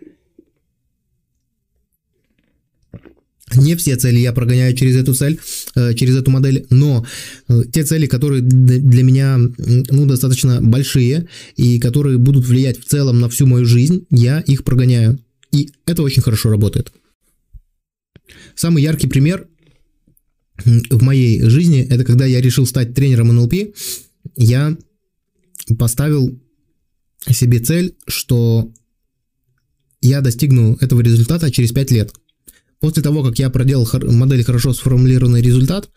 Не все цели я прогоняю через эту цель, через эту модель, но те цели, которые для меня достаточно большие и которые будут влиять в целом на всю мою жизнь, я их прогоняю. И это очень хорошо работает. Самый яркий пример в моей жизни – это когда я решил стать тренером НЛП. Я поставил себе цель, что я достигну этого результата через 5 лет. После того, как я проделал модель «хорошо сформулированный результат»,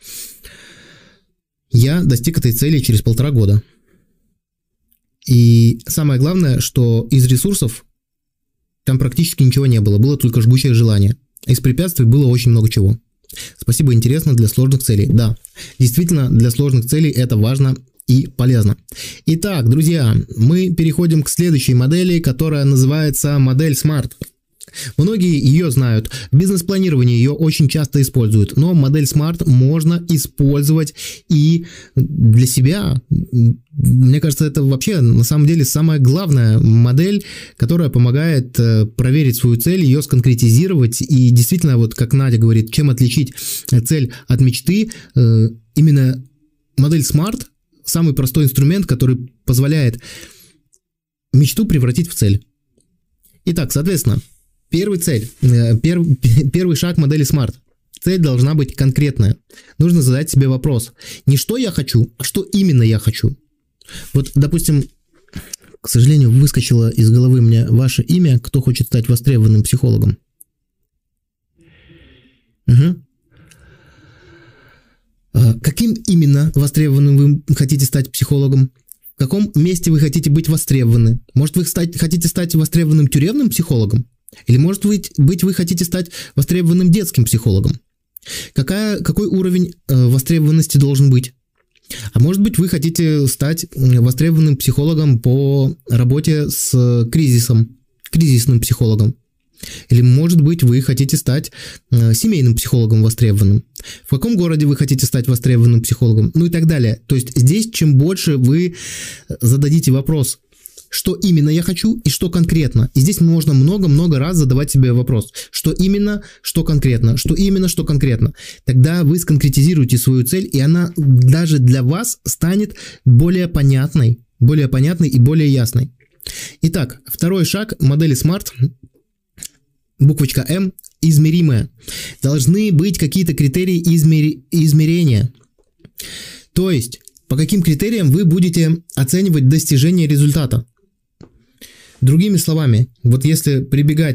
я достиг этой цели через 1,5 года. И самое главное, что из ресурсов там практически ничего не было, было только жгучее желание. Из препятствий было очень много чего. Спасибо, интересно, для сложных целей. Да, действительно, для сложных целей это важно и полезно. Итак, друзья, мы переходим к следующей модели, которая называется модель SMART. Многие ее знают, в бизнес-планировании ее очень часто используют, но модель SMART можно использовать и для себя. Мне кажется, это вообще на самом деле самая главная модель, которая помогает проверить свою цель, ее сконкретизировать и действительно, вот как Надя говорит, чем отличить цель от мечты, именно модель SMART самый простой инструмент, который позволяет мечту превратить в цель. Итак, соответственно, первый шаг модели SMART. Цель должна быть конкретная. Нужно задать себе вопрос. Не что я хочу, а что именно я хочу. Вот, допустим, к сожалению, выскочило из головы мне ваше имя, кто хочет стать востребованным психологом. Угу. Каким именно востребованным вы хотите стать психологом? В каком месте вы хотите быть востребованы? Может, вы хотите стать востребованным тюремным психологом? Или, может быть, вы хотите стать востребованным детским психологом? Какой уровень востребованности должен быть? А может быть, вы хотите стать востребованным психологом по работе с кризисным психологом? Или, может быть, вы хотите стать семейным психологом востребованным? В каком городе вы хотите стать востребованным психологом? Ну и так далее. То есть здесь, чем больше вы зададите вопрос, что именно я хочу и что конкретно. И здесь можно много-много раз задавать себе вопрос, что именно, что конкретно, что именно, что конкретно. Тогда вы сконкретизируете свою цель, и она даже для вас станет более понятной и более ясной. Итак, второй шаг модели SMART, буквочка М, измеримое. Должны быть какие-то критерии измерения. То есть, по каким критериям вы будете оценивать достижение результата. Другими словами, вот если прибегать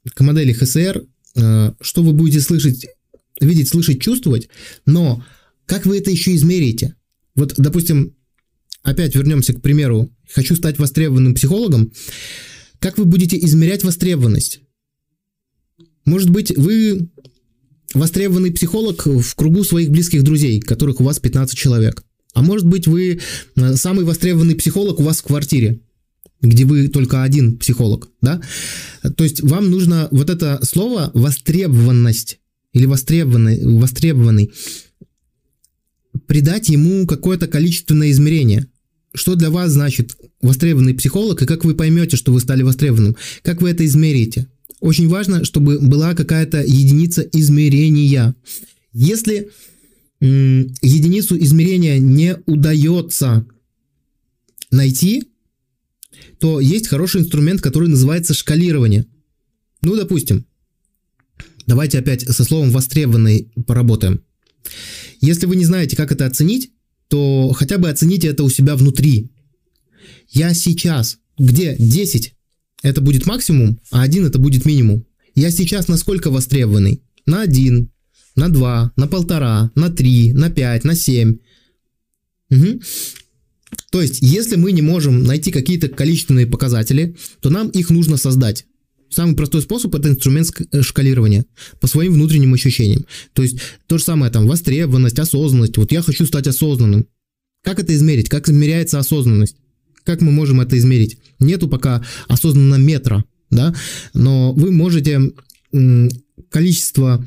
к модели ХСР, что вы будете слышать, видеть, слышать, чувствовать, но как вы это еще измерите? Вот, допустим, опять вернемся к примеру, хочу стать востребованным психологом. Как вы будете измерять востребованность? Может быть, вы востребованный психолог в кругу своих близких друзей, которых у вас 15 человек. А может быть, вы самый востребованный психолог у вас в квартире, где вы только один психолог, да? То есть вам нужно вот это слово «востребованность» или «востребованный» придать ему какое-то количественное измерение. Что для вас значит востребованный психолог, и как вы поймете, что вы стали востребованным? Как вы это измерите? Очень важно, чтобы была какая-то единица измерения. Если единицу измерения не удается найти, то есть хороший инструмент, который называется шкалирование. Ну, допустим, давайте опять со словом «востребованный» поработаем. Если вы не знаете, как это оценить, то хотя бы оцените это у себя внутри. Я сейчас, где 10 это будет максимум, а 1 это будет минимум. Я сейчас насколько востребованный? На 1, на 2, на 1,5, на 3, на 5, на 7. Угу. То есть, если мы не можем найти какие-то количественные показатели, то нам их нужно создать. Самый простой способ – это инструмент шкалирования по своим внутренним ощущениям. То есть, то же самое там востребованность, осознанность. Вот я хочу стать осознанным. Как это измерить? Как измеряется осознанность? Как мы можем это измерить? Нету пока осознаннометра, да? Но вы можете количество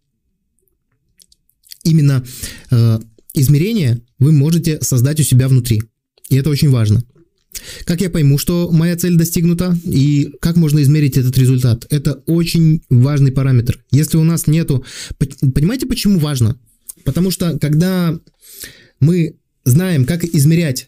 именно измерения вы можете создать у себя внутри. И это очень важно. Как я пойму, что моя цель достигнута, и как можно измерить этот результат? Это очень важный параметр. Если у нас нету... Понимаете, почему важно? Потому что, когда мы знаем, как измерять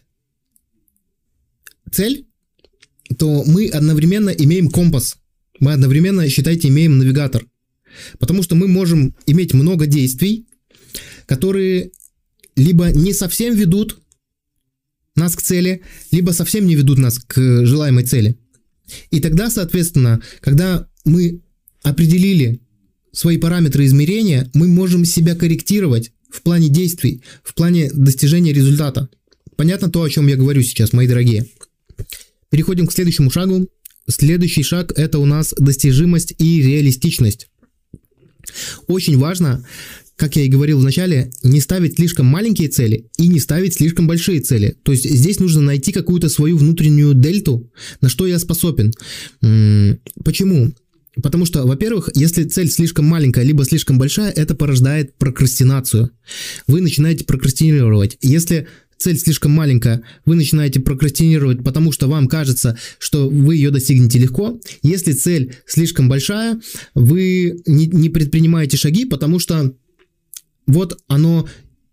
цель, то мы одновременно имеем компас. Мы одновременно, считайте, имеем навигатор. Потому что мы можем иметь много действий, которые либо не совсем ведут нас к цели, либо совсем не ведут нас к желаемой цели. И тогда, соответственно, когда мы определили свои параметры измерения, мы можем себя корректировать в плане действий, в плане достижения результата. Понятно то, о чем я говорю сейчас, мои дорогие? Переходим к следующему шагу. Следующий шаг – это у нас достижимость и реалистичность. Очень важно, как я и говорил в начале, не ставить слишком маленькие цели и не ставить слишком большие цели. То есть здесь нужно найти какую-то свою внутреннюю дельту, на что я способен. Почему? Потому что, во-первых, если цель слишком маленькая, либо слишком большая, это порождает прокрастинацию. Вы начинаете прокрастинировать. Если цель слишком маленькая, вы начинаете прокрастинировать, потому что вам кажется, что вы ее достигнете легко. Если цель слишком большая, вы не предпринимаете шаги, потому что вот оно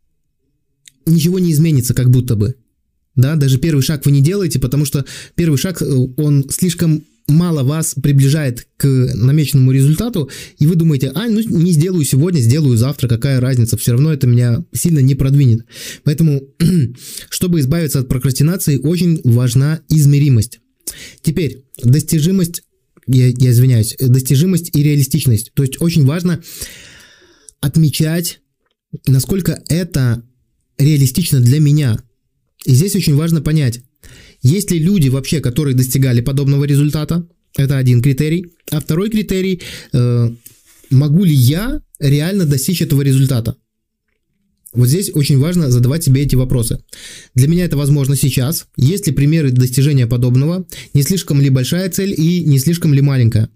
ничего не изменится, как будто бы. Да, даже первый шаг вы не делаете, потому что первый шаг, он слишком мало вас приближает к намеченному результату, и вы думаете, ну не сделаю сегодня, сделаю завтра, какая разница, все равно это меня сильно не продвинет. Поэтому, чтобы избавиться от прокрастинации, очень важна измеримость. Теперь, достижимость, я извиняюсь, достижимость и реалистичность. То есть очень важно отмечать, насколько это реалистично для меня. И здесь очень важно понять, есть ли люди вообще, которые достигали подобного результата, это один критерий. А второй критерий, могу ли я реально достичь этого результата? Вот здесь очень важно задавать себе эти вопросы. Для меня это возможно сейчас. Есть ли примеры достижения подобного? Не слишком ли большая цель и не слишком ли маленькая?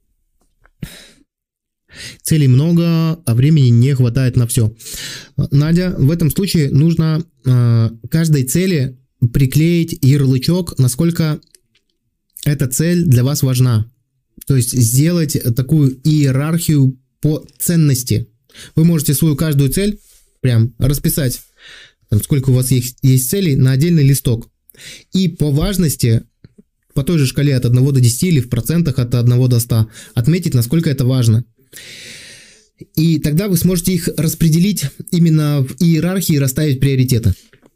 Целей много, а времени не хватает на все. Надя, в этом случае нужно каждой цели приклеить ярлычок, насколько эта цель для вас важна. То есть сделать такую иерархию по ценности. Вы можете свою каждую цель прям расписать, сколько у вас есть целей, на отдельный листок. И по важности, по той же шкале от 1 до 10 или в процентах от 1 до 100, отметить, насколько это важно. И тогда вы сможете их распределить именно в иерархии и расставить приоритеты.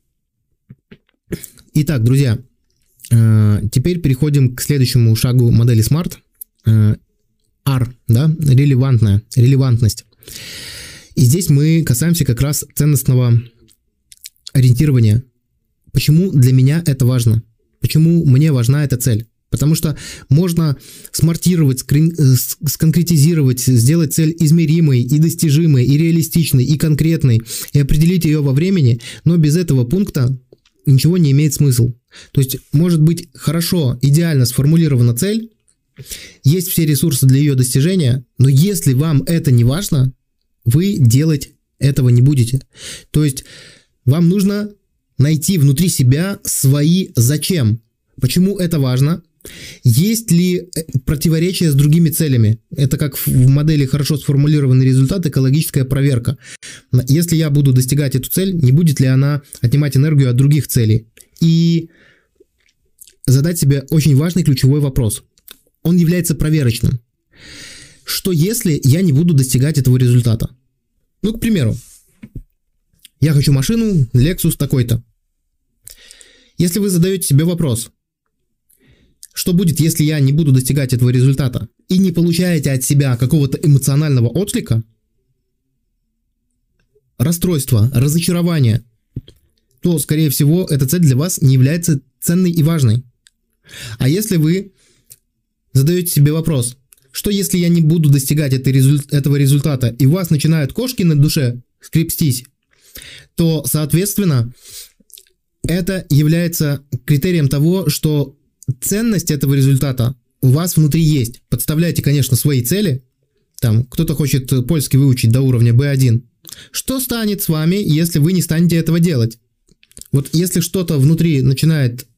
Итак, друзья, теперь переходим к следующему шагу модели SMART. R, да, релевантность. И здесь мы касаемся как раз ценностного ориентирования. Почему для меня это важно? Почему мне важна эта цель? Потому что можно смартировать, сконкретизировать, сделать цель измеримой и достижимой, и реалистичной, и конкретной, и определить ее во времени, но без этого пункта ничего не имеет смысла. То есть может быть хорошо, идеально сформулирована цель, есть все ресурсы для ее достижения, но если вам это не важно, вы делать этого не будете. То есть вам нужно найти внутри себя свои «зачем». Почему это важно? Есть ли противоречие с другими целями? Это как в модели хорошо сформулированный результат, экологическая проверка. Если я буду достигать эту цель, не будет ли она отнимать энергию от других целей? И задать себе очень важный ключевой вопрос. Он является проверочным. Что если я не буду достигать этого результата? Ну, к примеру, я хочу машину Lexus такой-то. Если вы задаете себе вопрос, что будет, если я не буду достигать этого результата, и не получаете от себя какого-то эмоционального отклика, расстройства, разочарования, то, скорее всего, эта цель для вас не является ценной и важной. А если вы задаете себе вопрос, что если я не буду достигать этого результата, и у вас начинают кошки на душе скрепстись, то, соответственно, это является критерием того, что ценность этого результата у вас внутри есть. Подставляйте, конечно, свои цели. Там кто-то хочет польский выучить до уровня B1. Что станет с вами, если вы не станете этого делать? Вот если что-то внутри начинает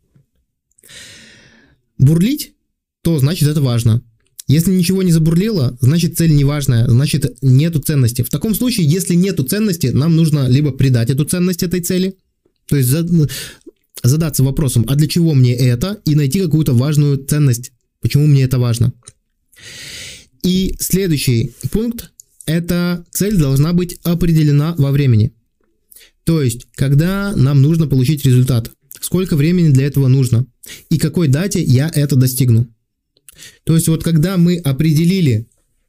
бурлить, то значит это важно. Если ничего не забурлило, значит цель не важная, значит нету ценности. В таком случае, если нету ценности, нам нужно либо придать эту ценность этой цели, то есть задаться вопросом, а для чего мне это, и найти какую-то важную ценность, почему мне это важно. И следующий пункт, эта цель должна быть определена во времени. То есть, когда нам нужно получить результат, сколько времени для этого нужно, и какой дате я это достигну. То есть, вот когда мы определили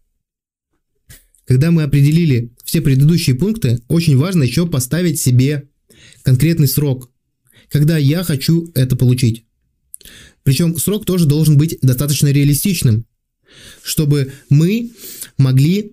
все предыдущие пункты, очень важно еще поставить себе конкретный срок, когда я хочу это получить. Причем срок тоже должен быть достаточно реалистичным, чтобы мы могли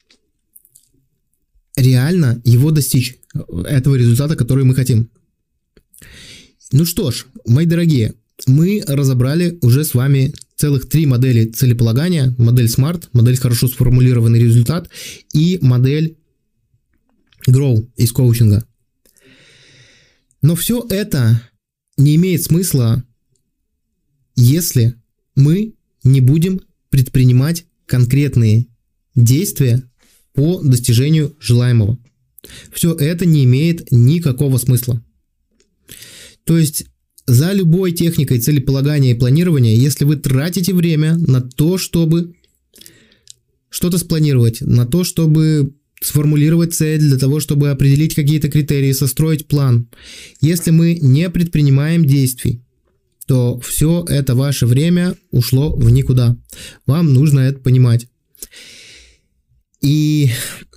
реально его достичь, этого результата, который мы хотим. Ну что ж, мои дорогие, мы разобрали уже с вами целых 3 модели целеполагания. Модель SMART, модель хорошо сформулированный результат и модель Grow из коучинга. Но все это не имеет смысла, если мы не будем предпринимать конкретные действия по достижению желаемого. Все это не имеет никакого смысла. То есть за любой техникой целеполагания и планирования, если вы тратите время на то, чтобы что-то спланировать, на то, чтобы сформулировать цель, для того, чтобы определить какие-то критерии, состроить план, если мы не предпринимаем действий, то все это ваше время ушло в никуда. Вам нужно это понимать. И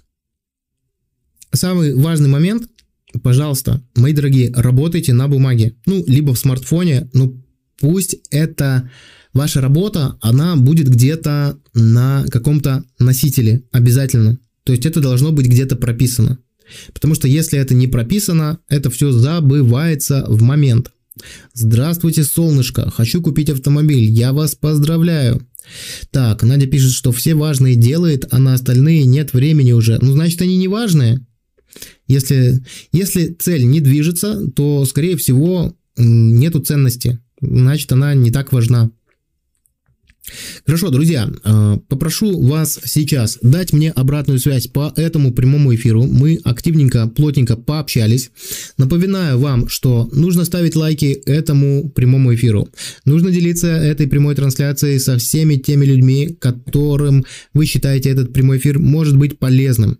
самый важный момент, пожалуйста, мои дорогие, работайте на бумаге, ну, либо в смартфоне, но пусть это ваша работа, она будет где-то на каком-то носителе обязательно. То есть это должно быть где-то прописано. Потому что если это не прописано, это все забывается в момент. Здравствуйте, солнышко, хочу купить автомобиль, я вас поздравляю. Так, Надя пишет, что все важные делает, а на остальные нет времени уже. Ну, значит, они не важные. Если цель не движется, то, скорее всего, нету ценности. Значит, она не так важна. Хорошо, друзья, попрошу вас сейчас дать мне обратную связь по этому прямому эфиру. Мы активненько, плотненько пообщались. Напоминаю вам, что нужно ставить лайки этому прямому эфиру. Нужно делиться этой прямой трансляцией со всеми теми людьми, которым вы считаете этот прямой эфир может быть полезным.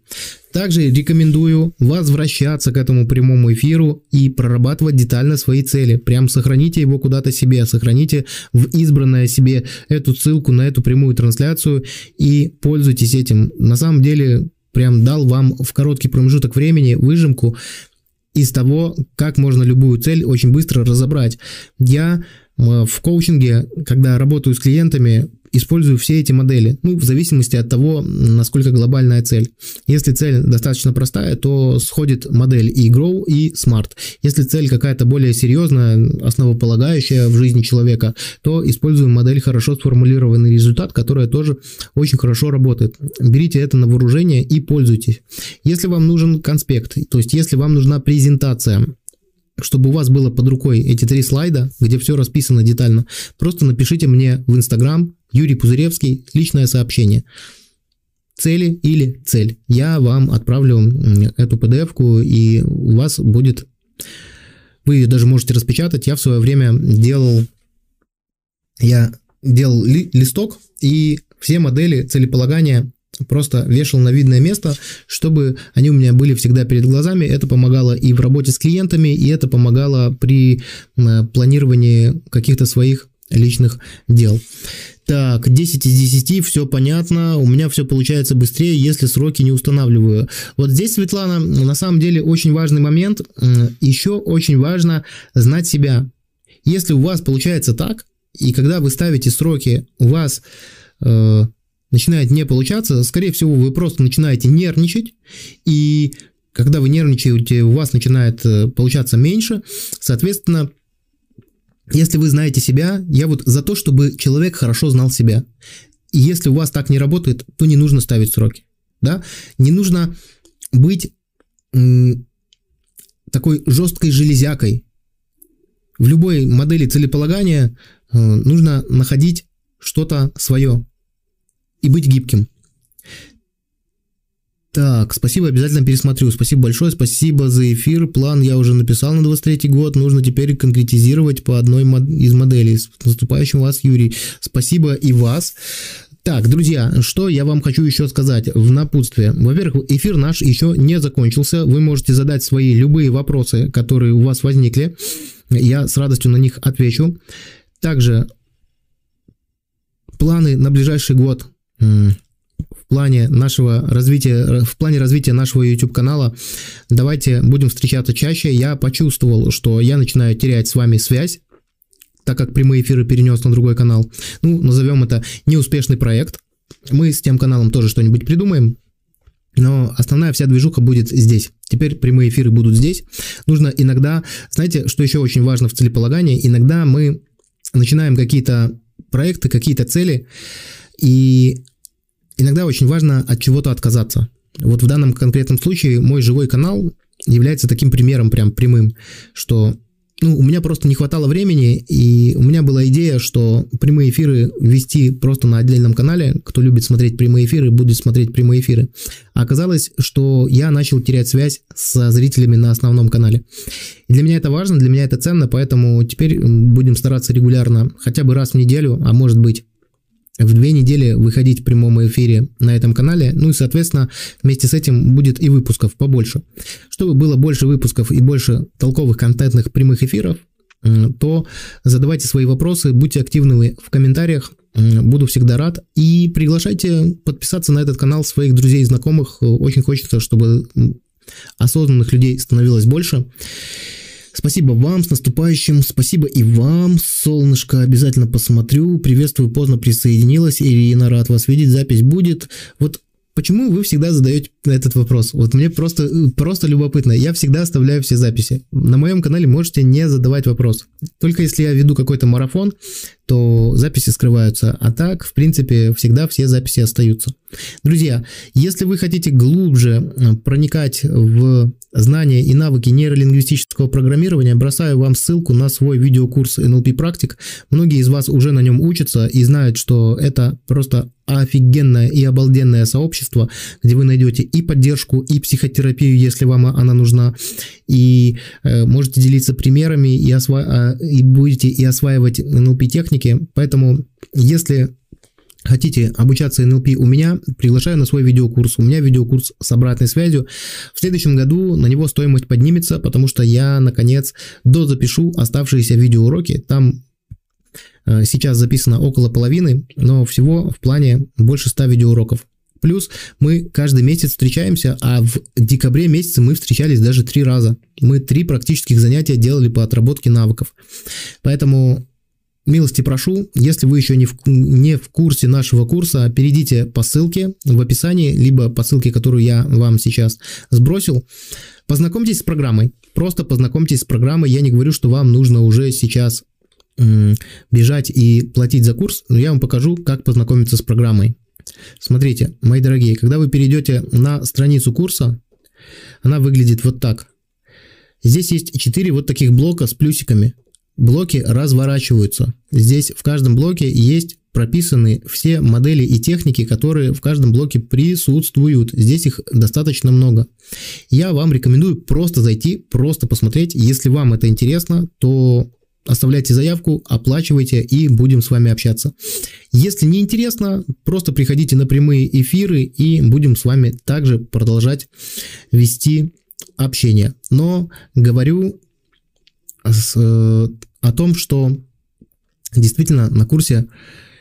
Также рекомендую возвращаться к этому прямому эфиру и прорабатывать детально свои цели. Прям сохраните его куда-то себе, сохраните в избранное себе эту ссылку на эту прямую трансляцию и пользуйтесь этим. На самом деле, прям дал вам в короткий промежуток времени выжимку из того, как можно любую цель очень быстро разобрать. Я в коучинге, когда работаю с клиентами, использую все эти модели, в зависимости от того, насколько глобальная цель. Если цель достаточно простая, то сходит модель и Grow, и Smart. Если цель какая-то более серьезная, основополагающая в жизни человека, то используем модель хорошо сформулированный результат, которая тоже очень хорошо работает. Берите это на вооружение и пользуйтесь. Если вам нужен конспект, то есть если вам нужна презентация, чтобы у вас было под рукой эти 3 слайда, где все расписано детально, просто напишите мне в Instagram Юрий Пузыревский, личное сообщение. Цели или цель. Я вам отправлю эту PDF-ку, и у вас будет... Вы ее даже можете распечатать. Я в свое время делал листок, и все модели целеполагания просто вешал на видное место, чтобы они у меня были всегда перед глазами. Это помогало и в работе с клиентами, и это помогало при планировании каких-то своих личных дел. Так, 10 из 10, все понятно, у меня все получается быстрее, если сроки не устанавливаю. Вот здесь, Светлана, на самом деле очень важный момент. Еще очень важно знать себя. Если у вас получается так, и когда вы ставите сроки, у вас начинает не получаться, скорее всего, вы просто начинаете нервничать, и когда вы нервничаете, у вас начинает получаться меньше, соответственно, если вы знаете себя, я вот за то, чтобы человек хорошо знал себя. И если у вас так не работает, то не нужно ставить сроки. Да? Не нужно быть такой жесткой железякой. В любой модели целеполагания нужно находить что-то свое и быть гибким. Так, спасибо, обязательно пересмотрю. Спасибо большое, спасибо за эфир. План я уже написал на 23-й год. Нужно теперь конкретизировать по одной из моделей. С наступающим вас, Юрий. Спасибо и вас. Так, друзья, что я вам хочу еще сказать в напутствие. Во-первых, эфир наш еще не закончился. Вы можете задать свои любые вопросы, которые у вас возникли. Я с радостью на них отвечу. Также планы на ближайший год. В плане развития нашего YouTube канала. Давайте будем встречаться чаще. Я почувствовал, что я начинаю терять с вами связь, так как прямые эфиры перенес на другой канал. Назовем это неуспешный проект. Мы с тем каналом тоже что-нибудь придумаем, но основная вся движуха будет здесь. Теперь прямые эфиры будут здесь. Нужно иногда, знаете, что еще очень важно в целеполагании, иногда мы начинаем какие-то проекты, какие-то цели, и иногда очень важно от чего-то отказаться. Вот в данном конкретном случае мой живой канал является таким примером, прям прямым, что у меня просто не хватало времени, и у меня была идея, что прямые эфиры вести просто на отдельном канале. Кто любит смотреть прямые эфиры, будет смотреть прямые эфиры. А оказалось, что я начал терять связь со зрителями на основном канале. И для меня это важно, для меня это ценно, поэтому теперь будем стараться регулярно, хотя бы раз в неделю, а может быть в 2 недели выходить в прямом эфире на этом канале. И, соответственно, вместе с этим будет и выпусков побольше. Чтобы было больше выпусков и больше толковых контентных прямых эфиров, то задавайте свои вопросы, будьте активны в комментариях, буду всегда рад. И приглашайте подписаться на этот канал своих друзей и знакомых. Очень хочется, чтобы осознанных людей становилось больше. Спасибо вам, с наступающим, спасибо и вам, солнышко, обязательно посмотрю, приветствую, поздно присоединилась, Ирина, рад вас видеть, запись будет. Вот почему вы всегда задаете этот вопрос? Вот мне просто любопытно, я всегда оставляю все записи. На моем канале можете не задавать вопрос, только если я веду какой-то марафон, то записи скрываются, а так, в принципе, всегда все записи остаются. Друзья, если вы хотите глубже проникать в знания и навыки нейролингвистического программирования, бросаю вам ссылку на свой видеокурс NLP практик. Многие из вас уже на нем учатся и знают, что это просто офигенное и обалденное сообщество, где вы найдете и поддержку, и психотерапию, если вам она нужна, и можете делиться примерами, и будете и осваивать NLP техники. Поэтому, если хотите обучаться НЛП у меня, приглашаю на свой видеокурс. У меня видеокурс с обратной связью. В следующем году на него стоимость поднимется, потому что я, наконец, дозапишу оставшиеся видеоуроки. Там сейчас записано около половины, но всего в плане больше 100 видеоуроков. Плюс мы каждый месяц встречаемся, а в декабре месяце мы встречались даже 3 раза. Мы 3 практических занятия делали по отработке навыков. Поэтому милости прошу, если вы еще не в курсе нашего курса, перейдите по ссылке в описании, либо по ссылке, которую я вам сейчас сбросил. Познакомьтесь с программой. Просто познакомьтесь с программой. Я не говорю, что вам нужно уже сейчас бежать и платить за курс, но я вам покажу, как познакомиться с программой. Смотрите, мои дорогие, когда вы перейдете на страницу курса, она выглядит вот так. Здесь есть 4 вот таких блока с плюсиками. Блоки разворачиваются. Здесь в каждом блоке есть прописаны все модели и техники, которые в каждом блоке присутствуют. Здесь их достаточно много. Я вам рекомендую просто зайти, просто посмотреть. Если вам это интересно, то оставляйте заявку, оплачивайте и будем с вами общаться. Если не интересно, просто приходите на прямые эфиры и будем с вами также продолжать вести общение. Но говорю о том, что действительно на курсе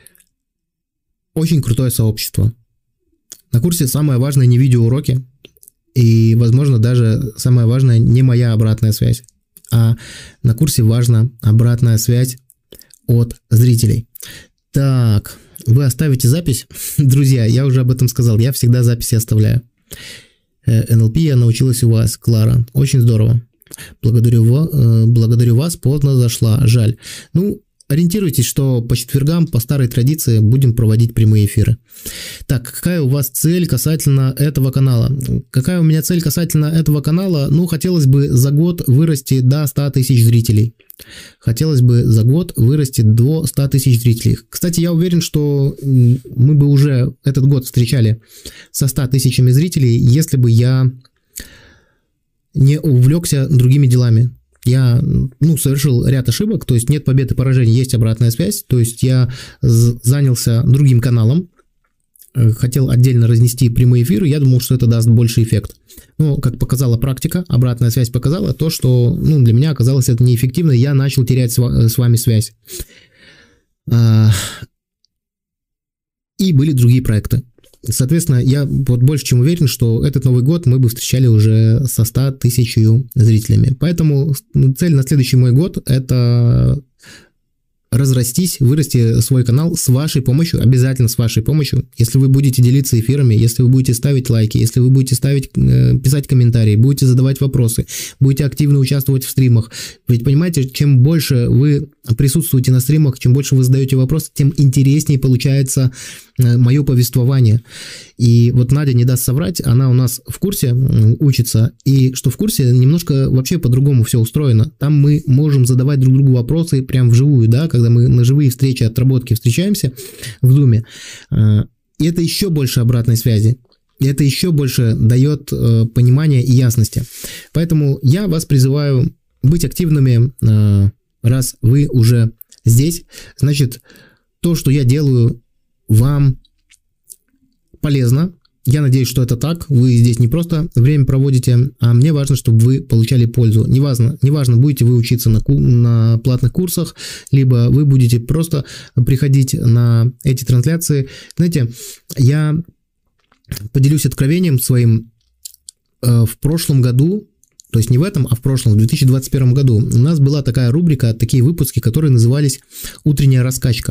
очень крутое сообщество. На курсе самое важное не видеоуроки, и, возможно, даже самое важное не моя обратная связь, а на курсе важна обратная связь от зрителей. Так, вы оставите запись? Друзья, я уже об этом сказал, я всегда записи оставляю. НЛП я научилась у вас, Клара. Очень здорово. Благодарю вас, поздно зашла, жаль. Ну, ориентируйтесь, что по четвергам, по старой традиции, будем проводить прямые эфиры. Так, какая у вас цель касательно этого канала? Какая у меня цель касательно этого канала? Ну, хотелось бы за год вырасти до 100 тысяч зрителей. Хотелось бы за год вырасти до 100 тысяч зрителей. Кстати, я уверен, что мы бы уже этот год встречали со 100 тысячами зрителей, если бы я не увлекся другими делами. Я совершил ряд ошибок, то есть нет побед и поражений, есть обратная связь, то есть я занялся другим каналом, хотел отдельно разнести прямые эфиры, я думал, что это даст больший эффект. Но, как показала практика, обратная связь показала то, что для меня оказалось это неэффективно, и я начал терять с вами связь. И были другие проекты. Соответственно, я вот больше чем уверен, что этот Новый год мы бы встречали уже со 100 тысячью зрителями. Поэтому цель на следующий мой год – это разрастись, вырасти свой канал с вашей помощью, обязательно с вашей помощью. Если вы будете делиться эфирами, если вы будете ставить лайки, если вы будете писать комментарии, будете задавать вопросы, будете активно участвовать в стримах. Ведь понимаете, чем больше вы присутствуете на стримах, чем больше вы задаете вопросы, тем интереснее получается мое повествование. И вот Надя не даст соврать, она у нас в курсе учится, и что в курсе немножко вообще по-другому все устроено. Там мы можем задавать друг другу вопросы прям вживую, да, когда мы на живые встречи, отработки встречаемся в Zoom. И это еще больше обратной связи. И это еще больше дает понимания и ясности. Поэтому я вас призываю быть активными, раз вы уже здесь. Значит, то, что я делаю, вам полезно. Я надеюсь, что это так. Вы здесь не просто время проводите, а мне важно, чтобы вы получали пользу. Неважно, будете вы учиться на платных курсах, либо вы будете просто приходить на эти трансляции. Знаете, я поделюсь откровением своим. В прошлом году, то есть не в этом, а в прошлом, в 2021 году, у нас была такая рубрика, такие выпуски, которые назывались «Утренняя раскачка».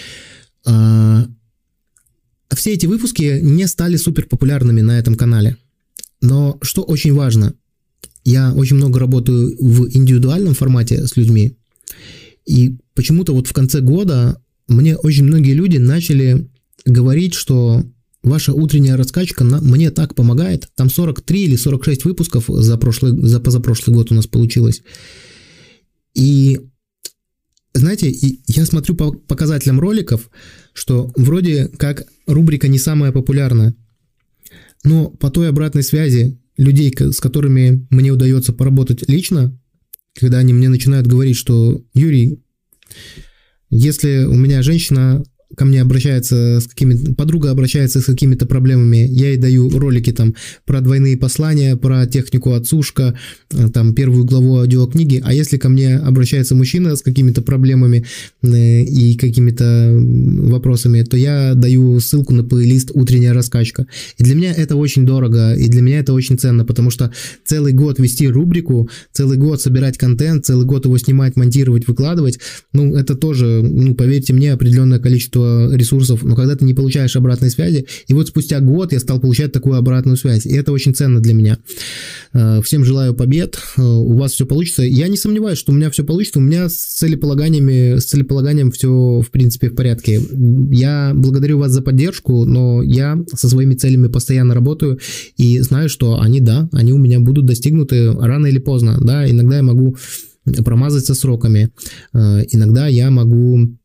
Все эти выпуски не стали супер популярными на этом канале. Но что очень важно, я очень много работаю в индивидуальном формате с людьми. И почему-то вот в конце года мне очень многие люди начали говорить, что ваша утренняя раскачка мне так помогает. Там 43 или 46 выпусков за позапрошлый год у нас получилось. И знаете, я смотрю по показателям роликов, что вроде как рубрика не самая популярная, но по той обратной связи людей, с которыми мне удается поработать лично, когда они мне начинают говорить, что Юрий, если у меня женщина ко мне обращается с подруга обращается с какими-то проблемами, я ей даю ролики там про двойные послания, про технику отсушка, там первую главу аудиокниги, а если ко мне обращается мужчина с какими-то проблемами и какими-то вопросами, то я даю ссылку на плейлист «Утренняя раскачка». И для меня это очень дорого, и для меня это очень ценно, потому что целый год вести рубрику, целый год собирать контент, целый год его снимать, монтировать, выкладывать, ну, это тоже, ну, поверьте мне, определенное количество ресурсов, но когда ты не получаешь обратной связи, и вот спустя год я стал получать такую обратную связь, и это очень ценно для меня. Всем желаю побед, у вас все получится. Я не сомневаюсь, что у меня все получится, у меня с целеполаганием все, в принципе, в порядке. Я благодарю вас за поддержку, но я со своими целями постоянно работаю, и знаю, что они у меня будут достигнуты рано или поздно, да, иногда я могу промазать со сроками, иногда я могу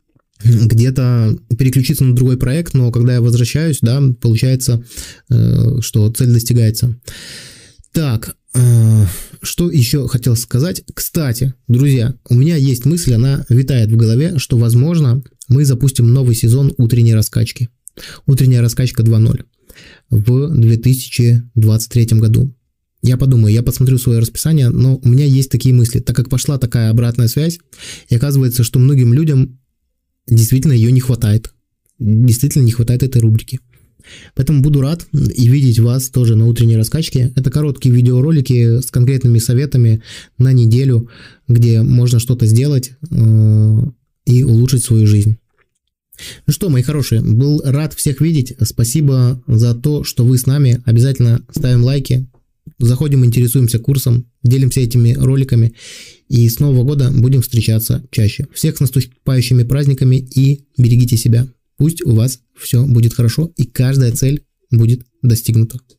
где-то переключиться на другой проект, но когда я возвращаюсь, да, получается, что цель достигается. Так, что еще хотел сказать? Кстати, друзья, у меня есть мысль, она витает в голове, что, возможно, мы запустим новый сезон утренней раскачки. Утренняя раскачка 2.0 в 2023 году. Я подумаю, я посмотрю свое расписание, но у меня есть такие мысли, так как пошла такая обратная связь, и оказывается, что многим людям действительно ее не хватает. Действительно не хватает этой рубрики. Поэтому буду рад и видеть вас тоже на утренней раскачке. Это короткие видеоролики с конкретными советами на неделю, где можно что-то сделать и улучшить свою жизнь. Ну что, мои хорошие, был рад всех видеть. Спасибо за то, что вы с нами. Обязательно ставим лайки. Заходим, интересуемся курсом, делимся этими роликами. И с Нового года будем встречаться чаще. Всех с наступающими праздниками и берегите себя. Пусть у вас все будет хорошо и каждая цель будет достигнута.